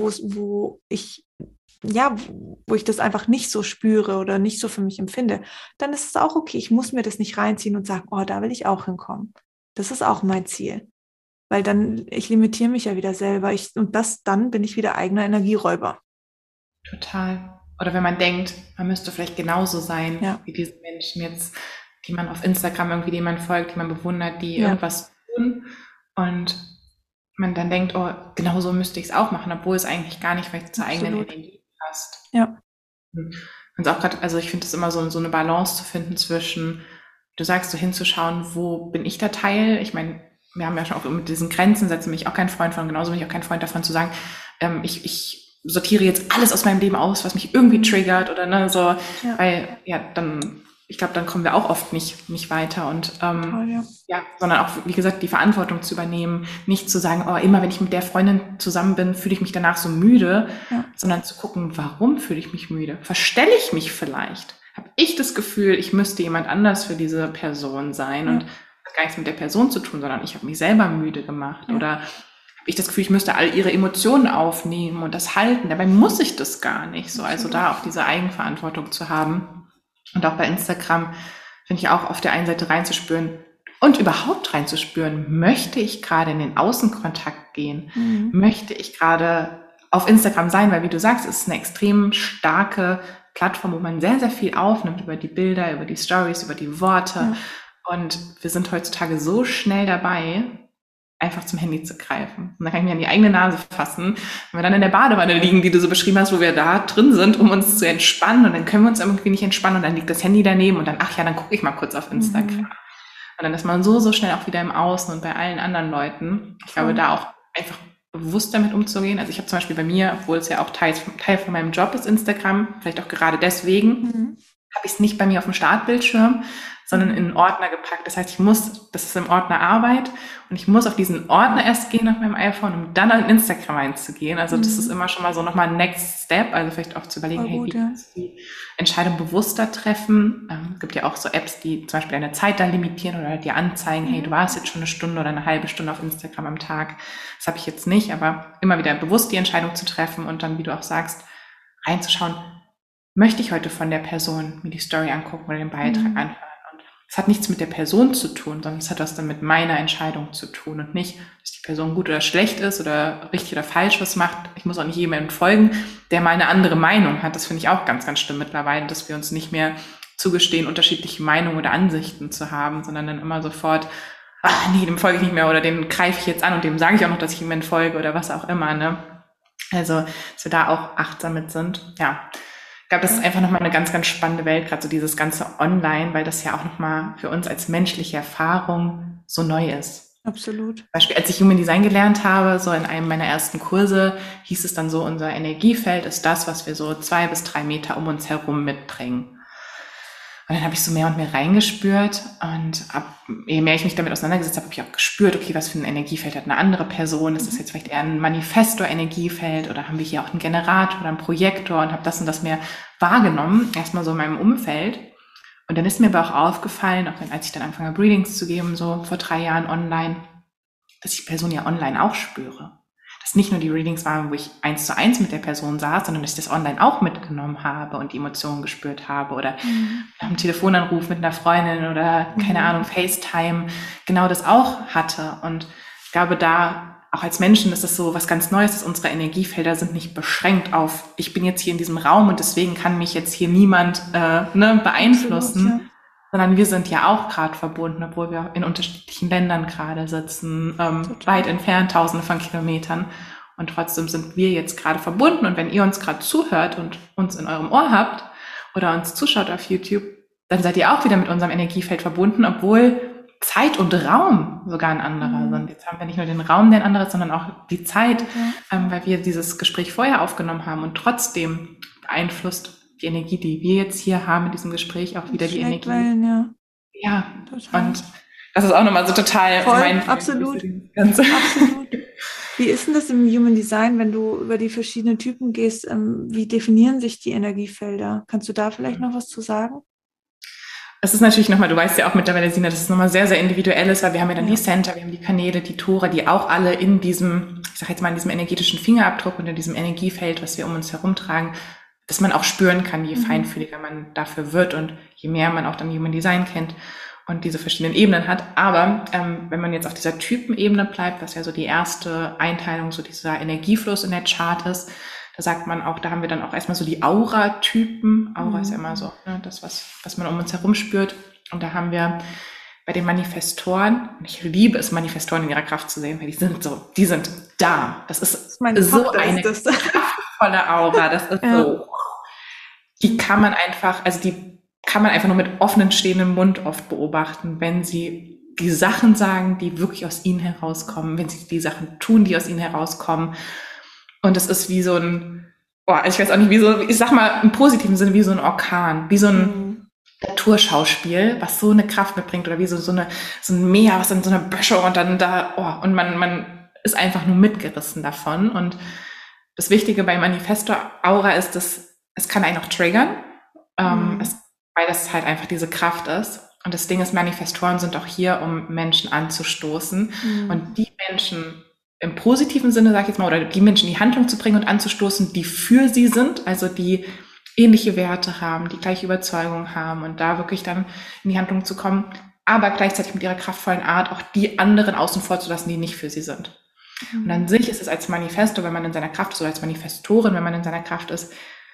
wo ich das einfach nicht so spüre oder nicht so für mich empfinde. Dann ist es auch okay. Ich muss mir das nicht reinziehen und sagen, oh, da will ich auch hinkommen. Das ist auch mein Ziel. Weil dann, ich limitiere mich ja wieder selber. Dann bin ich wieder eigener Energieräuber. Total. Oder wenn man denkt, man müsste vielleicht genauso sein Ja, wie diese Menschen jetzt, die man auf Instagram irgendwie, denen man folgt, die man bewundert, die ja, irgendwas tun und man dann denkt, oh, genauso müsste ich es auch machen, obwohl es eigentlich gar nicht vielleicht zur eigenen absolut. Energie passt. Ja, Und auch gerade, also ich finde es immer so eine Balance zu finden zwischen, du sagst, so hinzuschauen, wo bin ich der Teil? Ich meine, wir haben ja schon auch mit diesen Grenzen setzen, bin ich auch kein Freund von, genauso bin ich auch kein Freund davon zu sagen, ich sortiere jetzt alles aus meinem Leben aus, was mich irgendwie triggert oder ne, so, ja, weil ja, dann ich glaube, dann kommen wir auch oft nicht weiter und ja. ja, sondern auch, wie gesagt, die Verantwortung zu übernehmen, nicht zu sagen, oh, immer wenn ich mit der Freundin zusammen bin, fühle ich mich danach so müde, sondern zu gucken, warum fühle ich mich müde? Verstelle ich mich vielleicht? Habe ich das Gefühl, ich müsste jemand anders für diese Person sein und hat gar nichts mit der Person zu tun, sondern ich habe mich selber müde gemacht oder habe ich das Gefühl, ich müsste all ihre Emotionen aufnehmen und das halten. Dabei muss ich das gar nicht so. Also da auch diese Eigenverantwortung zu haben. Und auch bei Instagram finde ich auch auf der einen Seite reinzuspüren und überhaupt reinzuspüren, möchte ich gerade in den Außenkontakt gehen? Möchte ich gerade auf Instagram sein? Weil wie du sagst, es ist eine extrem starke Plattform, wo man sehr, sehr viel aufnimmt über die Bilder, über die Stories, über die Worte. Und wir sind heutzutage so schnell dabei, einfach zum Handy zu greifen. Und dann kann ich mir an die eigene Nase fassen. Wenn wir dann in der Badewanne liegen, die du so beschrieben hast, wo wir da drin sind, um uns zu entspannen und dann können wir uns irgendwie nicht entspannen und dann liegt das Handy daneben und dann, ach ja, dann gucke ich mal kurz auf Instagram. Und dann ist man so schnell auch wieder im Außen und bei allen anderen Leuten. Ich glaube, da auch einfach bewusst damit umzugehen. Also ich habe zum Beispiel bei mir, obwohl es ja auch Teil von meinem Job ist, Instagram, vielleicht auch gerade deswegen, habe ich es nicht bei mir auf dem Startbildschirm, sondern in einen Ordner gepackt. Das heißt, das ist im Ordner Arbeit und ich muss auf diesen Ordner erst gehen auf meinem iPhone, um dann an Instagram einzugehen. Also das ist immer schon mal so nochmal ein Next Step, also vielleicht auch zu überlegen, hey, wie kannst du die Entscheidung bewusster treffen? Es gibt ja auch so Apps, die zum Beispiel deine Zeit dann limitieren oder dir anzeigen, hey, du warst jetzt schon eine Stunde oder eine halbe Stunde auf Instagram am Tag. Das habe ich jetzt nicht, aber immer wieder bewusst die Entscheidung zu treffen und dann, wie du auch sagst, reinzuschauen, möchte ich heute von der Person mir die Story angucken oder den Beitrag anhören? Es hat nichts mit der Person zu tun, sondern es hat was dann mit meiner Entscheidung zu tun und nicht, dass die Person gut oder schlecht ist oder richtig oder falsch was macht. Ich muss auch nicht jemandem folgen, der mal eine andere Meinung hat. Das finde ich auch ganz, ganz schlimm mittlerweile, dass wir uns nicht mehr zugestehen, unterschiedliche Meinungen oder Ansichten zu haben, sondern dann immer sofort, nee, dem folge ich nicht mehr oder dem greife ich jetzt an und dem sage ich auch noch, dass ich ihm folge oder was auch immer, ne? Also, dass wir da auch achtsam mit sind, ja. Ich glaube, das ist einfach nochmal eine ganz, ganz spannende Welt, gerade so dieses ganze Online, weil das ja auch nochmal für uns als menschliche Erfahrung so neu ist. Absolut. Zum Beispiel, als ich Human Design gelernt habe, so in einem meiner ersten Kurse, hieß es dann so, unser Energiefeld ist das, was wir so 2 bis 3 Meter um uns herum mitbringen. Und dann habe ich so mehr und mehr reingespürt und je mehr ich mich damit auseinandergesetzt habe, habe ich auch gespürt, okay, was für ein Energiefeld hat eine andere Person? Ist das jetzt vielleicht eher ein Manifestor-Energiefeld oder haben wir hier auch einen Generator oder einen Projektor und habe das und das mehr wahrgenommen, erstmal so in meinem Umfeld. Und dann ist mir aber auch aufgefallen, auch als ich dann angefangen habe, Readings zu geben, so vor 3 Jahren online, dass ich die Person ja online auch spüre. Dass nicht nur die Readings waren, wo ich 1:1 mit der Person saß, sondern dass ich das online auch mitgenommen habe und die Emotionen gespürt habe oder einen Telefonanruf mit einer Freundin oder, keine Ahnung, FaceTime, genau das auch hatte. Und ich glaube, da auch als Menschen ist das so was ganz Neues, dass unsere Energiefelder sind nicht beschränkt auf, ich bin jetzt hier in diesem Raum und deswegen kann mich jetzt hier niemand beeinflussen. Absolut, ja. Sondern wir sind ja auch gerade verbunden, obwohl wir in unterschiedlichen Ländern gerade sitzen, weit entfernt, tausende von Kilometern. Und trotzdem sind wir jetzt gerade verbunden. Und wenn ihr uns gerade zuhört und uns in eurem Ohr habt oder uns zuschaut auf YouTube, dann seid ihr auch wieder mit unserem Energiefeld verbunden, obwohl Zeit und Raum sogar ein anderer sind. Jetzt haben wir nicht nur den Raum, der ein anderer ist, sondern auch die Zeit, weil wir dieses Gespräch vorher aufgenommen haben und trotzdem beeinflusst die Energie, die wir jetzt hier haben in diesem Gespräch, auch wieder die Energie. Ja, total. Und das ist auch nochmal so total mein absolut. Absolut. Wie ist denn das im Human Design, wenn du über die verschiedenen Typen gehst? Wie definieren sich die Energiefelder? Kannst du da vielleicht noch was zu sagen? Es ist natürlich nochmal, du weißt ja auch mittlerweile, Sina, dass es nochmal sehr, sehr individuell ist, weil wir haben ja dann die Center, wir haben die Kanäle, die Tore, die auch alle in diesem, ich sag jetzt mal, in diesem energetischen Fingerabdruck und in diesem Energiefeld, was wir um uns herum tragen, dass man auch spüren kann, je feinfühliger man dafür wird und je mehr man auch dann Human Design kennt und diese verschiedenen Ebenen hat. Aber wenn man jetzt auf dieser Typenebene bleibt, was ja so die erste Einteilung, so dieser Energiefluss in der Chart ist, da sagt man auch, da haben wir dann auch erstmal so die Aura-Typen. Aura ist ja immer so, ne, das, was man um uns herum spürt. Und da haben wir bei den Manifestoren, und ich liebe es, Manifestoren in ihrer Kraft zu sehen, weil die sind da. Das ist so eine kraftvolle Aura. Das ist so, die kann man einfach nur mit offenen, stehenden Mund oft beobachten, wenn sie die Sachen sagen, die wirklich aus ihnen herauskommen, wenn sie die Sachen tun, die aus ihnen herauskommen. Und es ist wie so ein, ich weiß auch nicht, wie so, ich sag mal im positiven Sinne, wie so ein Orkan, wie so ein Naturschauspiel, was so eine Kraft mitbringt oder wie so ein Meer, was in so einer Böschung und dann da, und man ist einfach nur mitgerissen davon. Und das Wichtige bei Manifestor-Aura ist, dass es kann einen auch triggern, weil das halt einfach diese Kraft ist. Und das Ding ist, Manifestoren sind auch hier, um Menschen anzustoßen. Und die Menschen im positiven Sinne, sag ich jetzt mal, oder die Menschen in die Handlung zu bringen und anzustoßen, die für sie sind, also die ähnliche Werte haben, die gleiche Überzeugung haben und da wirklich dann in die Handlung zu kommen, aber gleichzeitig mit ihrer kraftvollen Art auch die anderen außen vor zu lassen, die nicht für sie sind. Und an sich ist es als Manifestor, wenn man in seiner Kraft ist, oder als Manifestorin, wenn man in seiner Kraft ist,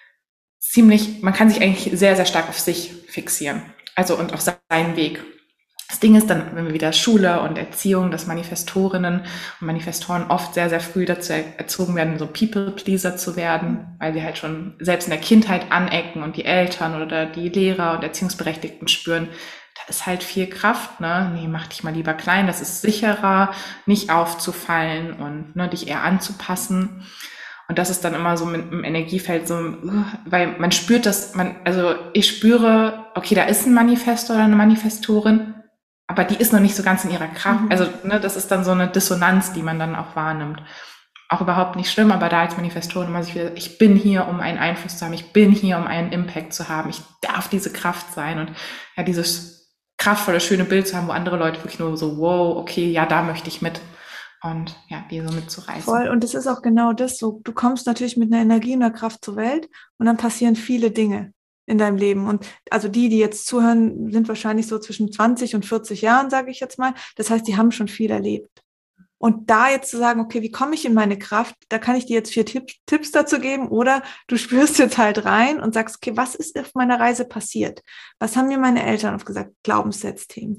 man kann sich eigentlich sehr, sehr stark auf sich fixieren. Also und auf seinen Weg. Das Ding ist dann, wenn wir wieder Schule und Erziehung, dass Manifestorinnen und Manifestoren oft sehr, sehr früh dazu erzogen werden, so People-Pleaser zu werden, weil sie halt schon selbst in der Kindheit anecken und die Eltern oder die Lehrer und Erziehungsberechtigten spüren, da ist halt viel Kraft, ne? Nee, mach dich mal lieber klein, das ist sicherer, nicht aufzufallen und ne, dich eher anzupassen. Und das ist dann immer so mit dem Energiefeld so, weil man spürt also ich spüre, okay, da ist ein Manifestor oder eine Manifestorin, aber die ist noch nicht so ganz in ihrer Kraft. Also ne, das ist dann so eine Dissonanz, die man dann auch wahrnimmt. Auch überhaupt nicht schlimm, aber da als Manifestorin immer sich wieder, ich bin hier, um einen Einfluss zu haben, ich bin hier, um einen Impact zu haben, ich darf diese Kraft sein und ja, dieses kraftvolle, schöne Bild zu haben, wo andere Leute wirklich nur so, wow, okay, ja, da möchte ich mit. Und ja, die so mitzureißen. Voll, und es ist auch genau das so. Du kommst natürlich mit einer Energie und einer Kraft zur Welt und dann passieren viele Dinge in deinem Leben. Und also die jetzt zuhören, sind wahrscheinlich so zwischen 20 und 40 Jahren, sage ich jetzt mal. Das heißt, die haben schon viel erlebt. Und da jetzt zu sagen, okay, wie komme ich in meine Kraft? Da kann ich dir jetzt 4 Tipps dazu geben. Oder du spürst jetzt halt rein und sagst, okay, was ist auf meiner Reise passiert? Was haben mir meine Eltern oft gesagt? Glaubenssatzthemen.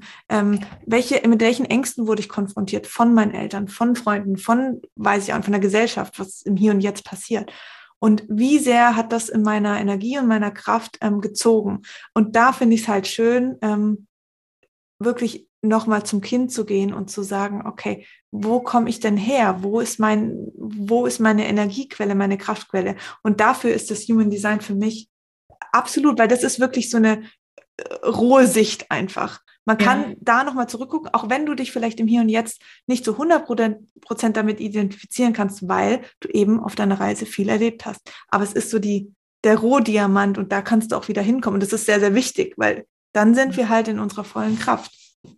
Mit welchen Ängsten wurde ich konfrontiert? Von meinen Eltern, von Freunden, weiß ich auch, von der Gesellschaft, was im Hier und Jetzt passiert. Und wie sehr hat das in meiner Energie und meiner Kraft gezogen? Und da finde ich es halt schön, wirklich nochmal zum Kind zu gehen und zu sagen, okay, wo komme ich denn her? Wo ist meine Energiequelle, meine Kraftquelle? Und dafür ist das Human Design für mich absolut, weil das ist wirklich so eine rohe Sicht einfach. Man kann da nochmal zurückgucken, auch wenn du dich vielleicht im Hier und Jetzt nicht zu 100% damit identifizieren kannst, weil du eben auf deiner Reise viel erlebt hast. Aber es ist so der Rohdiamant und da kannst du auch wieder hinkommen. Und das ist sehr, sehr wichtig, weil dann sind wir halt in unserer vollen Kraft.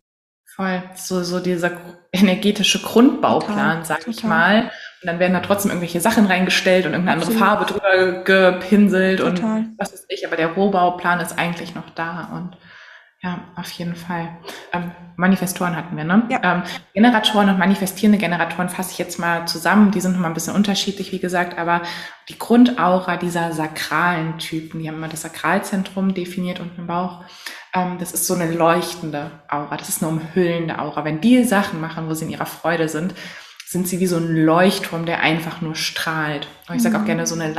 Voll, so dieser energetische Grundbauplan, sag ich mal. Und dann werden da trotzdem irgendwelche Sachen reingestellt und irgendeine andere Farbe drüber gepinselt und was weiß ich. Aber der Rohbauplan ist eigentlich noch da und ja, auf jeden Fall. Manifestoren hatten wir, ne? Ja. Generatoren und manifestierende Generatoren fasse ich jetzt mal zusammen. Die sind nochmal ein bisschen unterschiedlich, wie gesagt, aber die Grundaura dieser sakralen Typen, die haben immer das Sakralzentrum definiert unten im Bauch. Das ist so eine leuchtende Aura, das ist eine umhüllende Aura. Wenn die Sachen machen, wo sie in ihrer Freude sind sie wie so ein Leuchtturm, der einfach nur strahlt. Und ich sage auch gerne so eine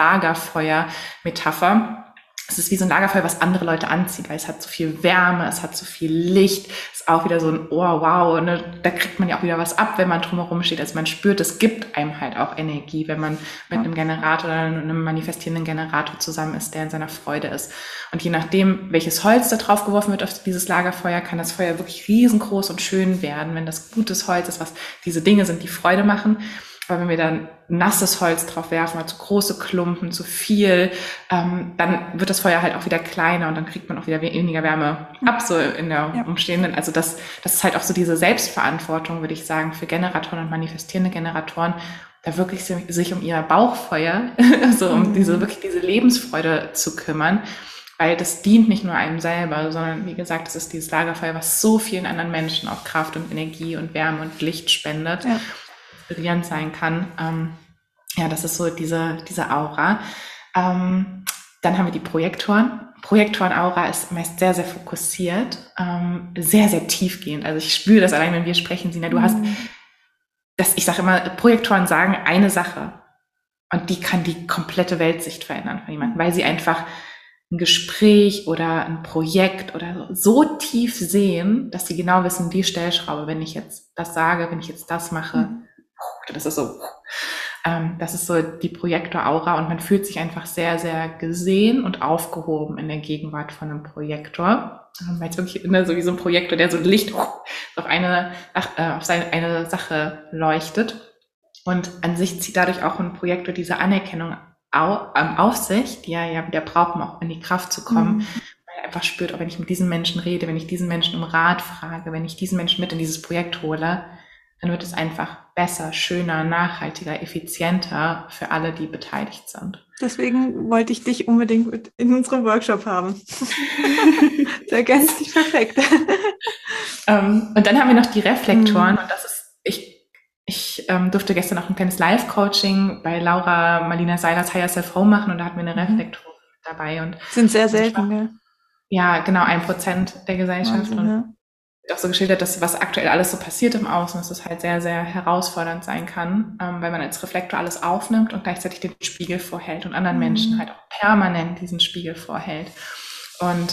Lagerfeuer-Metapher. Es ist wie so ein Lagerfeuer, was andere Leute anzieht, weil es hat so viel Wärme, es hat so viel Licht, ist auch wieder so ein, oh wow, ne? Da kriegt man ja auch wieder was ab, wenn man drumherum steht. Also man spürt, es gibt einem halt auch Energie, wenn man mit einem Generator oder einem manifestierenden Generator zusammen ist, der in seiner Freude ist. Und je nachdem, welches Holz da drauf geworfen wird auf dieses Lagerfeuer, kann das Feuer wirklich riesengroß und schön werden, wenn das gutes Holz ist, was diese Dinge sind, die Freude machen. Aber wenn wir dann nasses Holz drauf werfen, also große Klumpen, zu viel, dann wird das Feuer halt auch wieder kleiner und dann kriegt man auch wieder weniger Wärme ab, so in der umstehenden. Also das ist halt auch so diese Selbstverantwortung, würde ich sagen, für Generatoren und manifestierende Generatoren, da wirklich sich um ihr Bauchfeuer, also um diese Lebensfreude zu kümmern. Weil das dient nicht nur einem selber, sondern wie gesagt, es ist dieses Lagerfeuer, was so vielen anderen Menschen auch Kraft und Energie und Wärme und Licht spendet. Ja. Inspirierend sein kann. Das ist so diese Aura. Dann haben wir die Projektoren. Projektoren-Aura ist meist sehr, sehr fokussiert, sehr, sehr tiefgehend. Also ich spüre das allein, wenn wir sprechen, Sina, du hast ich sage immer, Projektoren sagen eine Sache und die kann die komplette Weltsicht verändern von jemandem, weil sie einfach ein Gespräch oder ein Projekt oder so tief sehen, dass sie genau wissen, die Stellschraube, wenn ich jetzt das sage, wenn ich jetzt das mache, das ist so. Das ist so die Projektor-Aura und man fühlt sich einfach sehr, sehr gesehen und aufgehoben in der Gegenwart von einem Projektor. Weil es wirklich so wie so ein Projektor, der so Licht auf eine Sache leuchtet. Und an sich zieht dadurch auch ein Projektor diese Anerkennung auf sich, die er ja wieder braucht, um auch in die Kraft zu kommen, weil er einfach spürt, auch wenn ich mit diesen Menschen rede, wenn ich diesen Menschen um Rat frage, wenn ich diesen Menschen mit in dieses Projekt hole, dann wird es einfach besser, schöner, nachhaltiger, effizienter für alle, die beteiligt sind. Deswegen wollte ich dich unbedingt mit in unserem Workshop haben. Das ergänzt dich perfekt. Und dann haben wir noch die Reflektoren und das ist, ich durfte gestern auch ein kleines Live-Coaching bei Laura Marlina Seilers Higher Self Home machen und da hatten wir eine Reflektorin dabei. Und sind sehr selten, gell? Ja, genau, 1% der Gesellschaft. Wahnsinn, und auch so geschildert, dass was aktuell alles so passiert im Außen, dass es halt sehr, sehr herausfordernd sein kann, weil man als Reflektor alles aufnimmt und gleichzeitig den Spiegel vorhält und anderen Menschen halt auch permanent diesen Spiegel vorhält. Und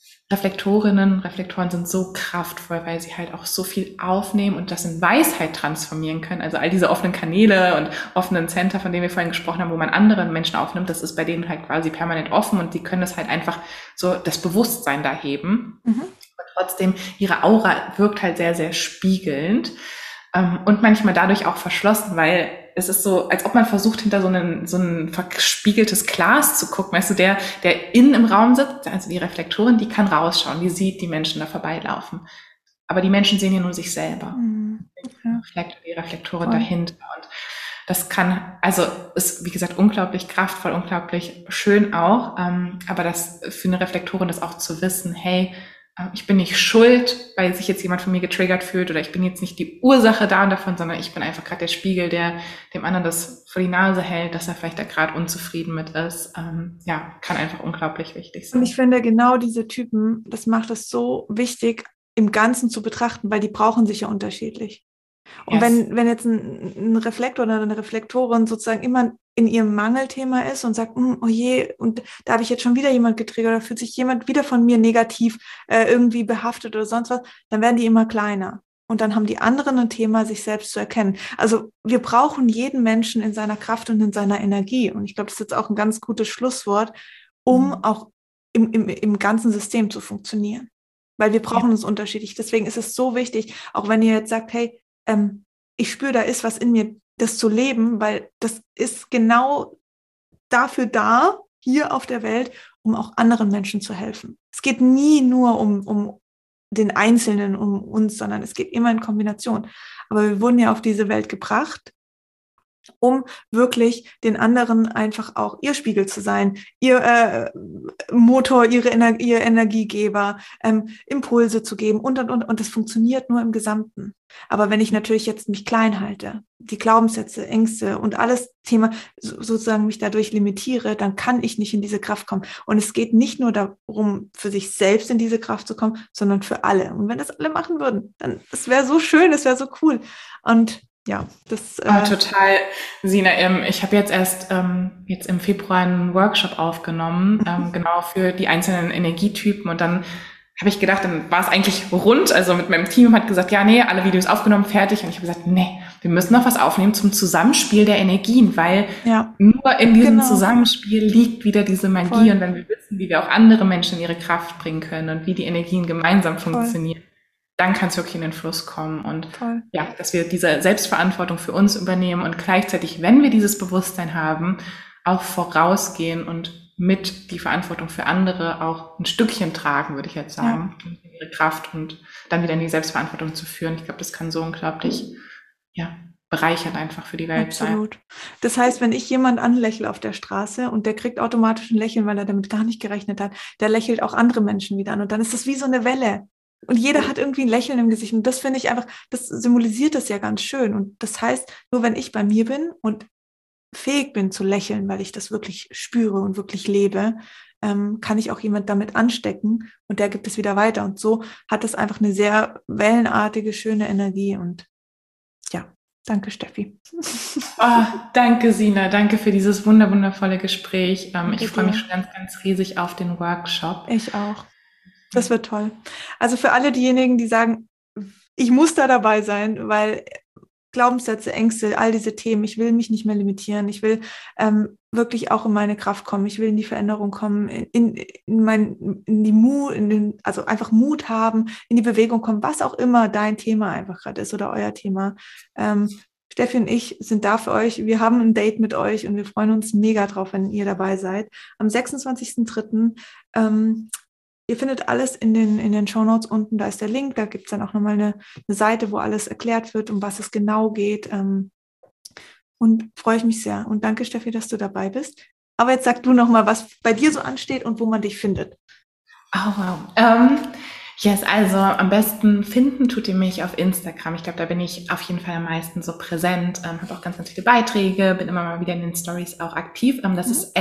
Reflektoren sind so kraftvoll, weil sie halt auch so viel aufnehmen und das in Weisheit transformieren können. Also all diese offenen Kanäle und offenen Center, von denen wir vorhin gesprochen haben, wo man andere Menschen aufnimmt, das ist bei denen halt quasi permanent offen und sie können das halt einfach so das Bewusstsein da heben. Trotzdem, ihre Aura wirkt halt sehr, sehr spiegelnd und manchmal dadurch auch verschlossen, weil es ist so, als ob man versucht, hinter so ein verspiegeltes Glas zu gucken. Weißt du, der innen im Raum sitzt, also die Reflektorin, die kann rausschauen, die sieht die Menschen da vorbeilaufen. Aber die Menschen sehen ja nur sich selber. Die Reflektoren dahinter. Und das ist, wie gesagt, unglaublich kraftvoll, unglaublich schön auch. Aber das für eine Reflektorin das auch zu wissen, hey, ich bin nicht schuld, weil sich jetzt jemand von mir getriggert fühlt oder ich bin jetzt nicht die Ursache da und davon, sondern ich bin einfach gerade der Spiegel, der dem anderen das vor die Nase hält, dass er vielleicht da gerade unzufrieden mit ist. Kann einfach unglaublich wichtig sein. Und ich finde genau diese Typen, das macht es so wichtig, im Ganzen zu betrachten, weil die brauchen sich ja unterschiedlich. Und wenn jetzt ein Reflektor oder eine Reflektorin sozusagen immer in ihrem Mangelthema ist und sagt, oh je, und da habe ich jetzt schon wieder jemand getriggert oder fühlt sich jemand wieder von mir negativ irgendwie behaftet oder sonst was, dann werden die immer kleiner. Und dann haben die anderen ein Thema, sich selbst zu erkennen. Also wir brauchen jeden Menschen in seiner Kraft und in seiner Energie. Und ich glaube, das ist jetzt auch ein ganz gutes Schlusswort, um auch im ganzen System zu funktionieren. Weil wir brauchen uns unterschiedlich. Deswegen ist es so wichtig, auch wenn ihr jetzt sagt, hey, ich spüre, da ist was in mir, das zu leben, weil das ist genau dafür da, hier auf der Welt, um auch anderen Menschen zu helfen. Es geht nie nur um den Einzelnen, um uns, sondern es geht immer in Kombination. Aber wir wurden ja auf diese Welt gebracht, um wirklich den anderen einfach auch ihr Spiegel zu sein, ihr Motor, ihr Energiegeber, Impulse zu geben und. Und das funktioniert nur im Gesamten. Aber wenn ich natürlich jetzt mich klein halte, die Glaubenssätze, Ängste und alles Thema sozusagen mich dadurch limitiere, dann kann ich nicht in diese Kraft kommen. Und es geht nicht nur darum, für sich selbst in diese Kraft zu kommen, sondern für alle. Und wenn das alle machen würden, dann, das wäre so schön, das wäre so cool. Und ja, das total, Sina. Ich habe jetzt erst jetzt im Februar einen Workshop aufgenommen, genau für die einzelnen Energietypen und dann habe ich gedacht, dann war es eigentlich rund, also mit meinem Team hat gesagt, ja, nee, alle Videos aufgenommen, fertig und ich habe gesagt, nee, wir müssen noch was aufnehmen zum Zusammenspiel der Energien, weil nur in diesem Zusammenspiel liegt wieder diese Magie und wenn wir wissen, wie wir auch andere Menschen in ihre Kraft bringen können und wie die Energien gemeinsam funktionieren, dann kann es wirklich in den Fluss kommen und dass wir diese Selbstverantwortung für uns übernehmen und gleichzeitig, wenn wir dieses Bewusstsein haben, auch vorausgehen und mit die Verantwortung für andere auch ein Stückchen tragen, würde ich jetzt sagen, ihre Kraft und dann wieder in die Selbstverantwortung zu führen. Ich glaube, das kann so unglaublich bereichernd einfach für die Welt sein. Absolut. Das heißt, wenn ich jemand anlächle auf der Straße und der kriegt automatisch ein Lächeln, weil er damit gar nicht gerechnet hat, der lächelt auch andere Menschen wieder an und dann ist das wie so eine Welle. Und jeder hat irgendwie ein Lächeln im Gesicht. Und das finde ich einfach, das symbolisiert das ja ganz schön. Und das heißt, nur wenn ich bei mir bin und fähig bin zu lächeln, weil ich das wirklich spüre und wirklich lebe, kann ich auch jemand damit anstecken und der gibt es wieder weiter. Und so hat es einfach eine sehr wellenartige, schöne Energie. Und ja, danke, Steffi. Oh, danke, Sina. Danke für dieses wundervolle Gespräch. Ich freue mich schon ganz riesig auf den Workshop. Ich auch. Das wird toll. Also für alle diejenigen, die sagen, ich muss da dabei sein, weil Glaubenssätze, Ängste, all diese Themen. Ich will mich nicht mehr limitieren. Ich will wirklich auch in meine Kraft kommen. Ich will in die Veränderung kommen, in die Mut, also einfach Mut haben, in die Bewegung kommen, was auch immer dein Thema einfach gerade ist oder euer Thema. Steffi und ich sind da für euch. Wir haben ein Date mit euch und wir freuen uns mega drauf, wenn ihr dabei seid. Am 26.03. Ihr findet alles in den Shownotes unten, da ist der Link, da gibt es dann auch nochmal eine Seite, wo alles erklärt wird, um was es genau geht. Und freue ich mich sehr. Und danke, Steffi, dass du dabei bist. Aber jetzt sag du nochmal, was bei dir so ansteht und wo man dich findet. Oh, wow. Yes, also am besten finden tut ihr mich auf Instagram. Ich glaube, da bin ich auf jeden Fall am meisten so präsent. Habe auch ganz, ganz viele Beiträge, bin immer mal wieder in den Stories auch aktiv. Das ist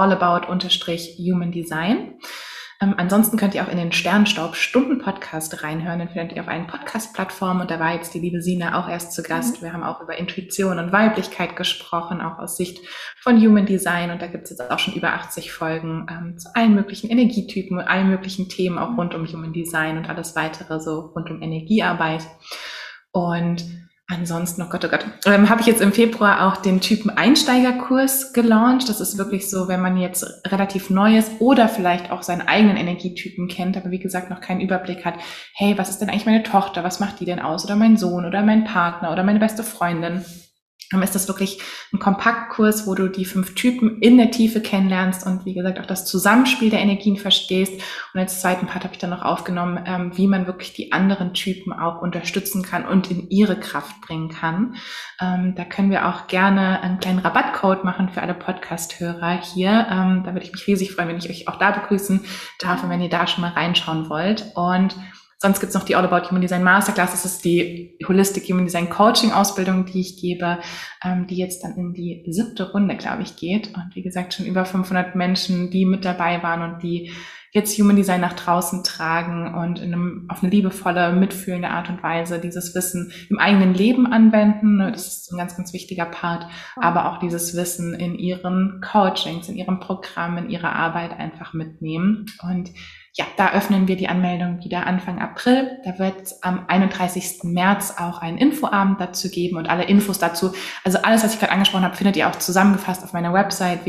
@allabout_human-design. Ansonsten könnt ihr auch in den Sternstaub-Stunden-Podcast reinhören. Den findet ihr auf allen Podcast-Plattformen. Und da war jetzt die liebe Sina auch erst zu Gast. Wir haben auch über Intuition und Weiblichkeit gesprochen, auch aus Sicht von Human Design. Und da gibt es jetzt auch schon über 80 Folgen zu allen möglichen Energietypen, allen möglichen Themen, auch rund um Human Design und alles weitere, so rund um Energiearbeit. Und ansonsten, oh Gott, habe ich jetzt im Februar auch den Typen-Einsteigerkurs gelauncht. Das ist wirklich so, wenn man jetzt relativ neu ist oder vielleicht auch seinen eigenen Energietypen kennt, aber wie gesagt noch keinen Überblick hat. Hey, was ist denn eigentlich meine Tochter? Was macht die denn aus? Oder mein Sohn oder mein Partner oder meine beste Freundin? Dann ist das wirklich ein Kompaktkurs, wo du die 5 Typen in der Tiefe kennenlernst und wie gesagt auch das Zusammenspiel der Energien verstehst. Und als zweiten Part habe ich dann noch aufgenommen, wie man wirklich die anderen Typen auch unterstützen kann und in ihre Kraft bringen kann. Da können wir auch gerne einen kleinen Rabattcode machen für alle Podcast-Hörer hier. Da würde ich mich riesig freuen, wenn ich euch auch da begrüßen darf und wenn ihr da schon mal reinschauen wollt. Und sonst gibt's noch die All About Human Design Masterclass. Das ist die Holistic Human Design Coaching Ausbildung, die ich gebe, die jetzt dann in die 7. Runde, glaube ich, geht. Und wie gesagt, schon über 500 Menschen, die mit dabei waren und die jetzt Human Design nach draußen tragen und auf eine liebevolle, mitfühlende Art und Weise dieses Wissen im eigenen Leben anwenden. Das ist ein ganz, ganz wichtiger Part. Aber auch dieses Wissen in ihren Coachings, in ihrem Programm, in ihrer Arbeit einfach mitnehmen. Und ja, da öffnen wir die Anmeldung wieder Anfang April. Da wird es am 31. März auch einen Infoabend dazu geben und alle Infos dazu, also alles, was ich gerade angesprochen habe, findet ihr auch zusammengefasst auf meiner Website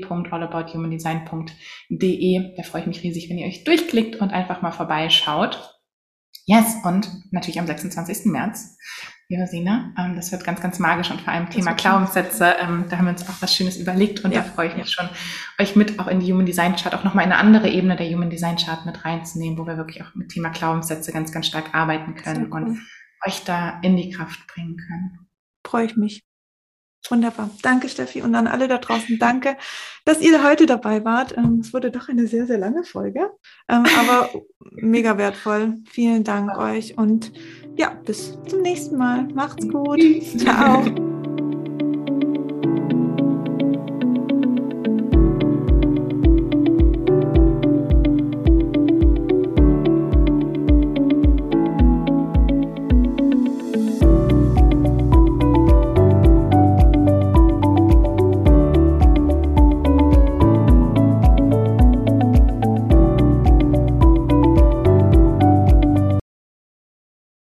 www.allabouthumandesign.de. Da freue ich mich riesig, wenn ihr euch durchklickt und einfach mal vorbeischaut. Yes, und natürlich am 26. März. Liebe Sina, das wird ganz, ganz magisch und vor allem Thema Glaubenssätze. Da haben wir uns auch was Schönes überlegt und da freue ich mich schon, euch mit auch in die Human Design Chart, auch nochmal in eine andere Ebene der Human Design Chart mit reinzunehmen, wo wir wirklich auch mit Thema Glaubenssätze ganz, ganz stark arbeiten können und euch da in die Kraft bringen können. Freue ich mich. Wunderbar. Danke, Steffi. Und an alle da draußen, danke, dass ihr heute dabei wart. Es wurde doch eine sehr, sehr lange Folge, aber mega wertvoll. Vielen Dank euch und ja, bis zum nächsten Mal. Macht's gut. Ciao.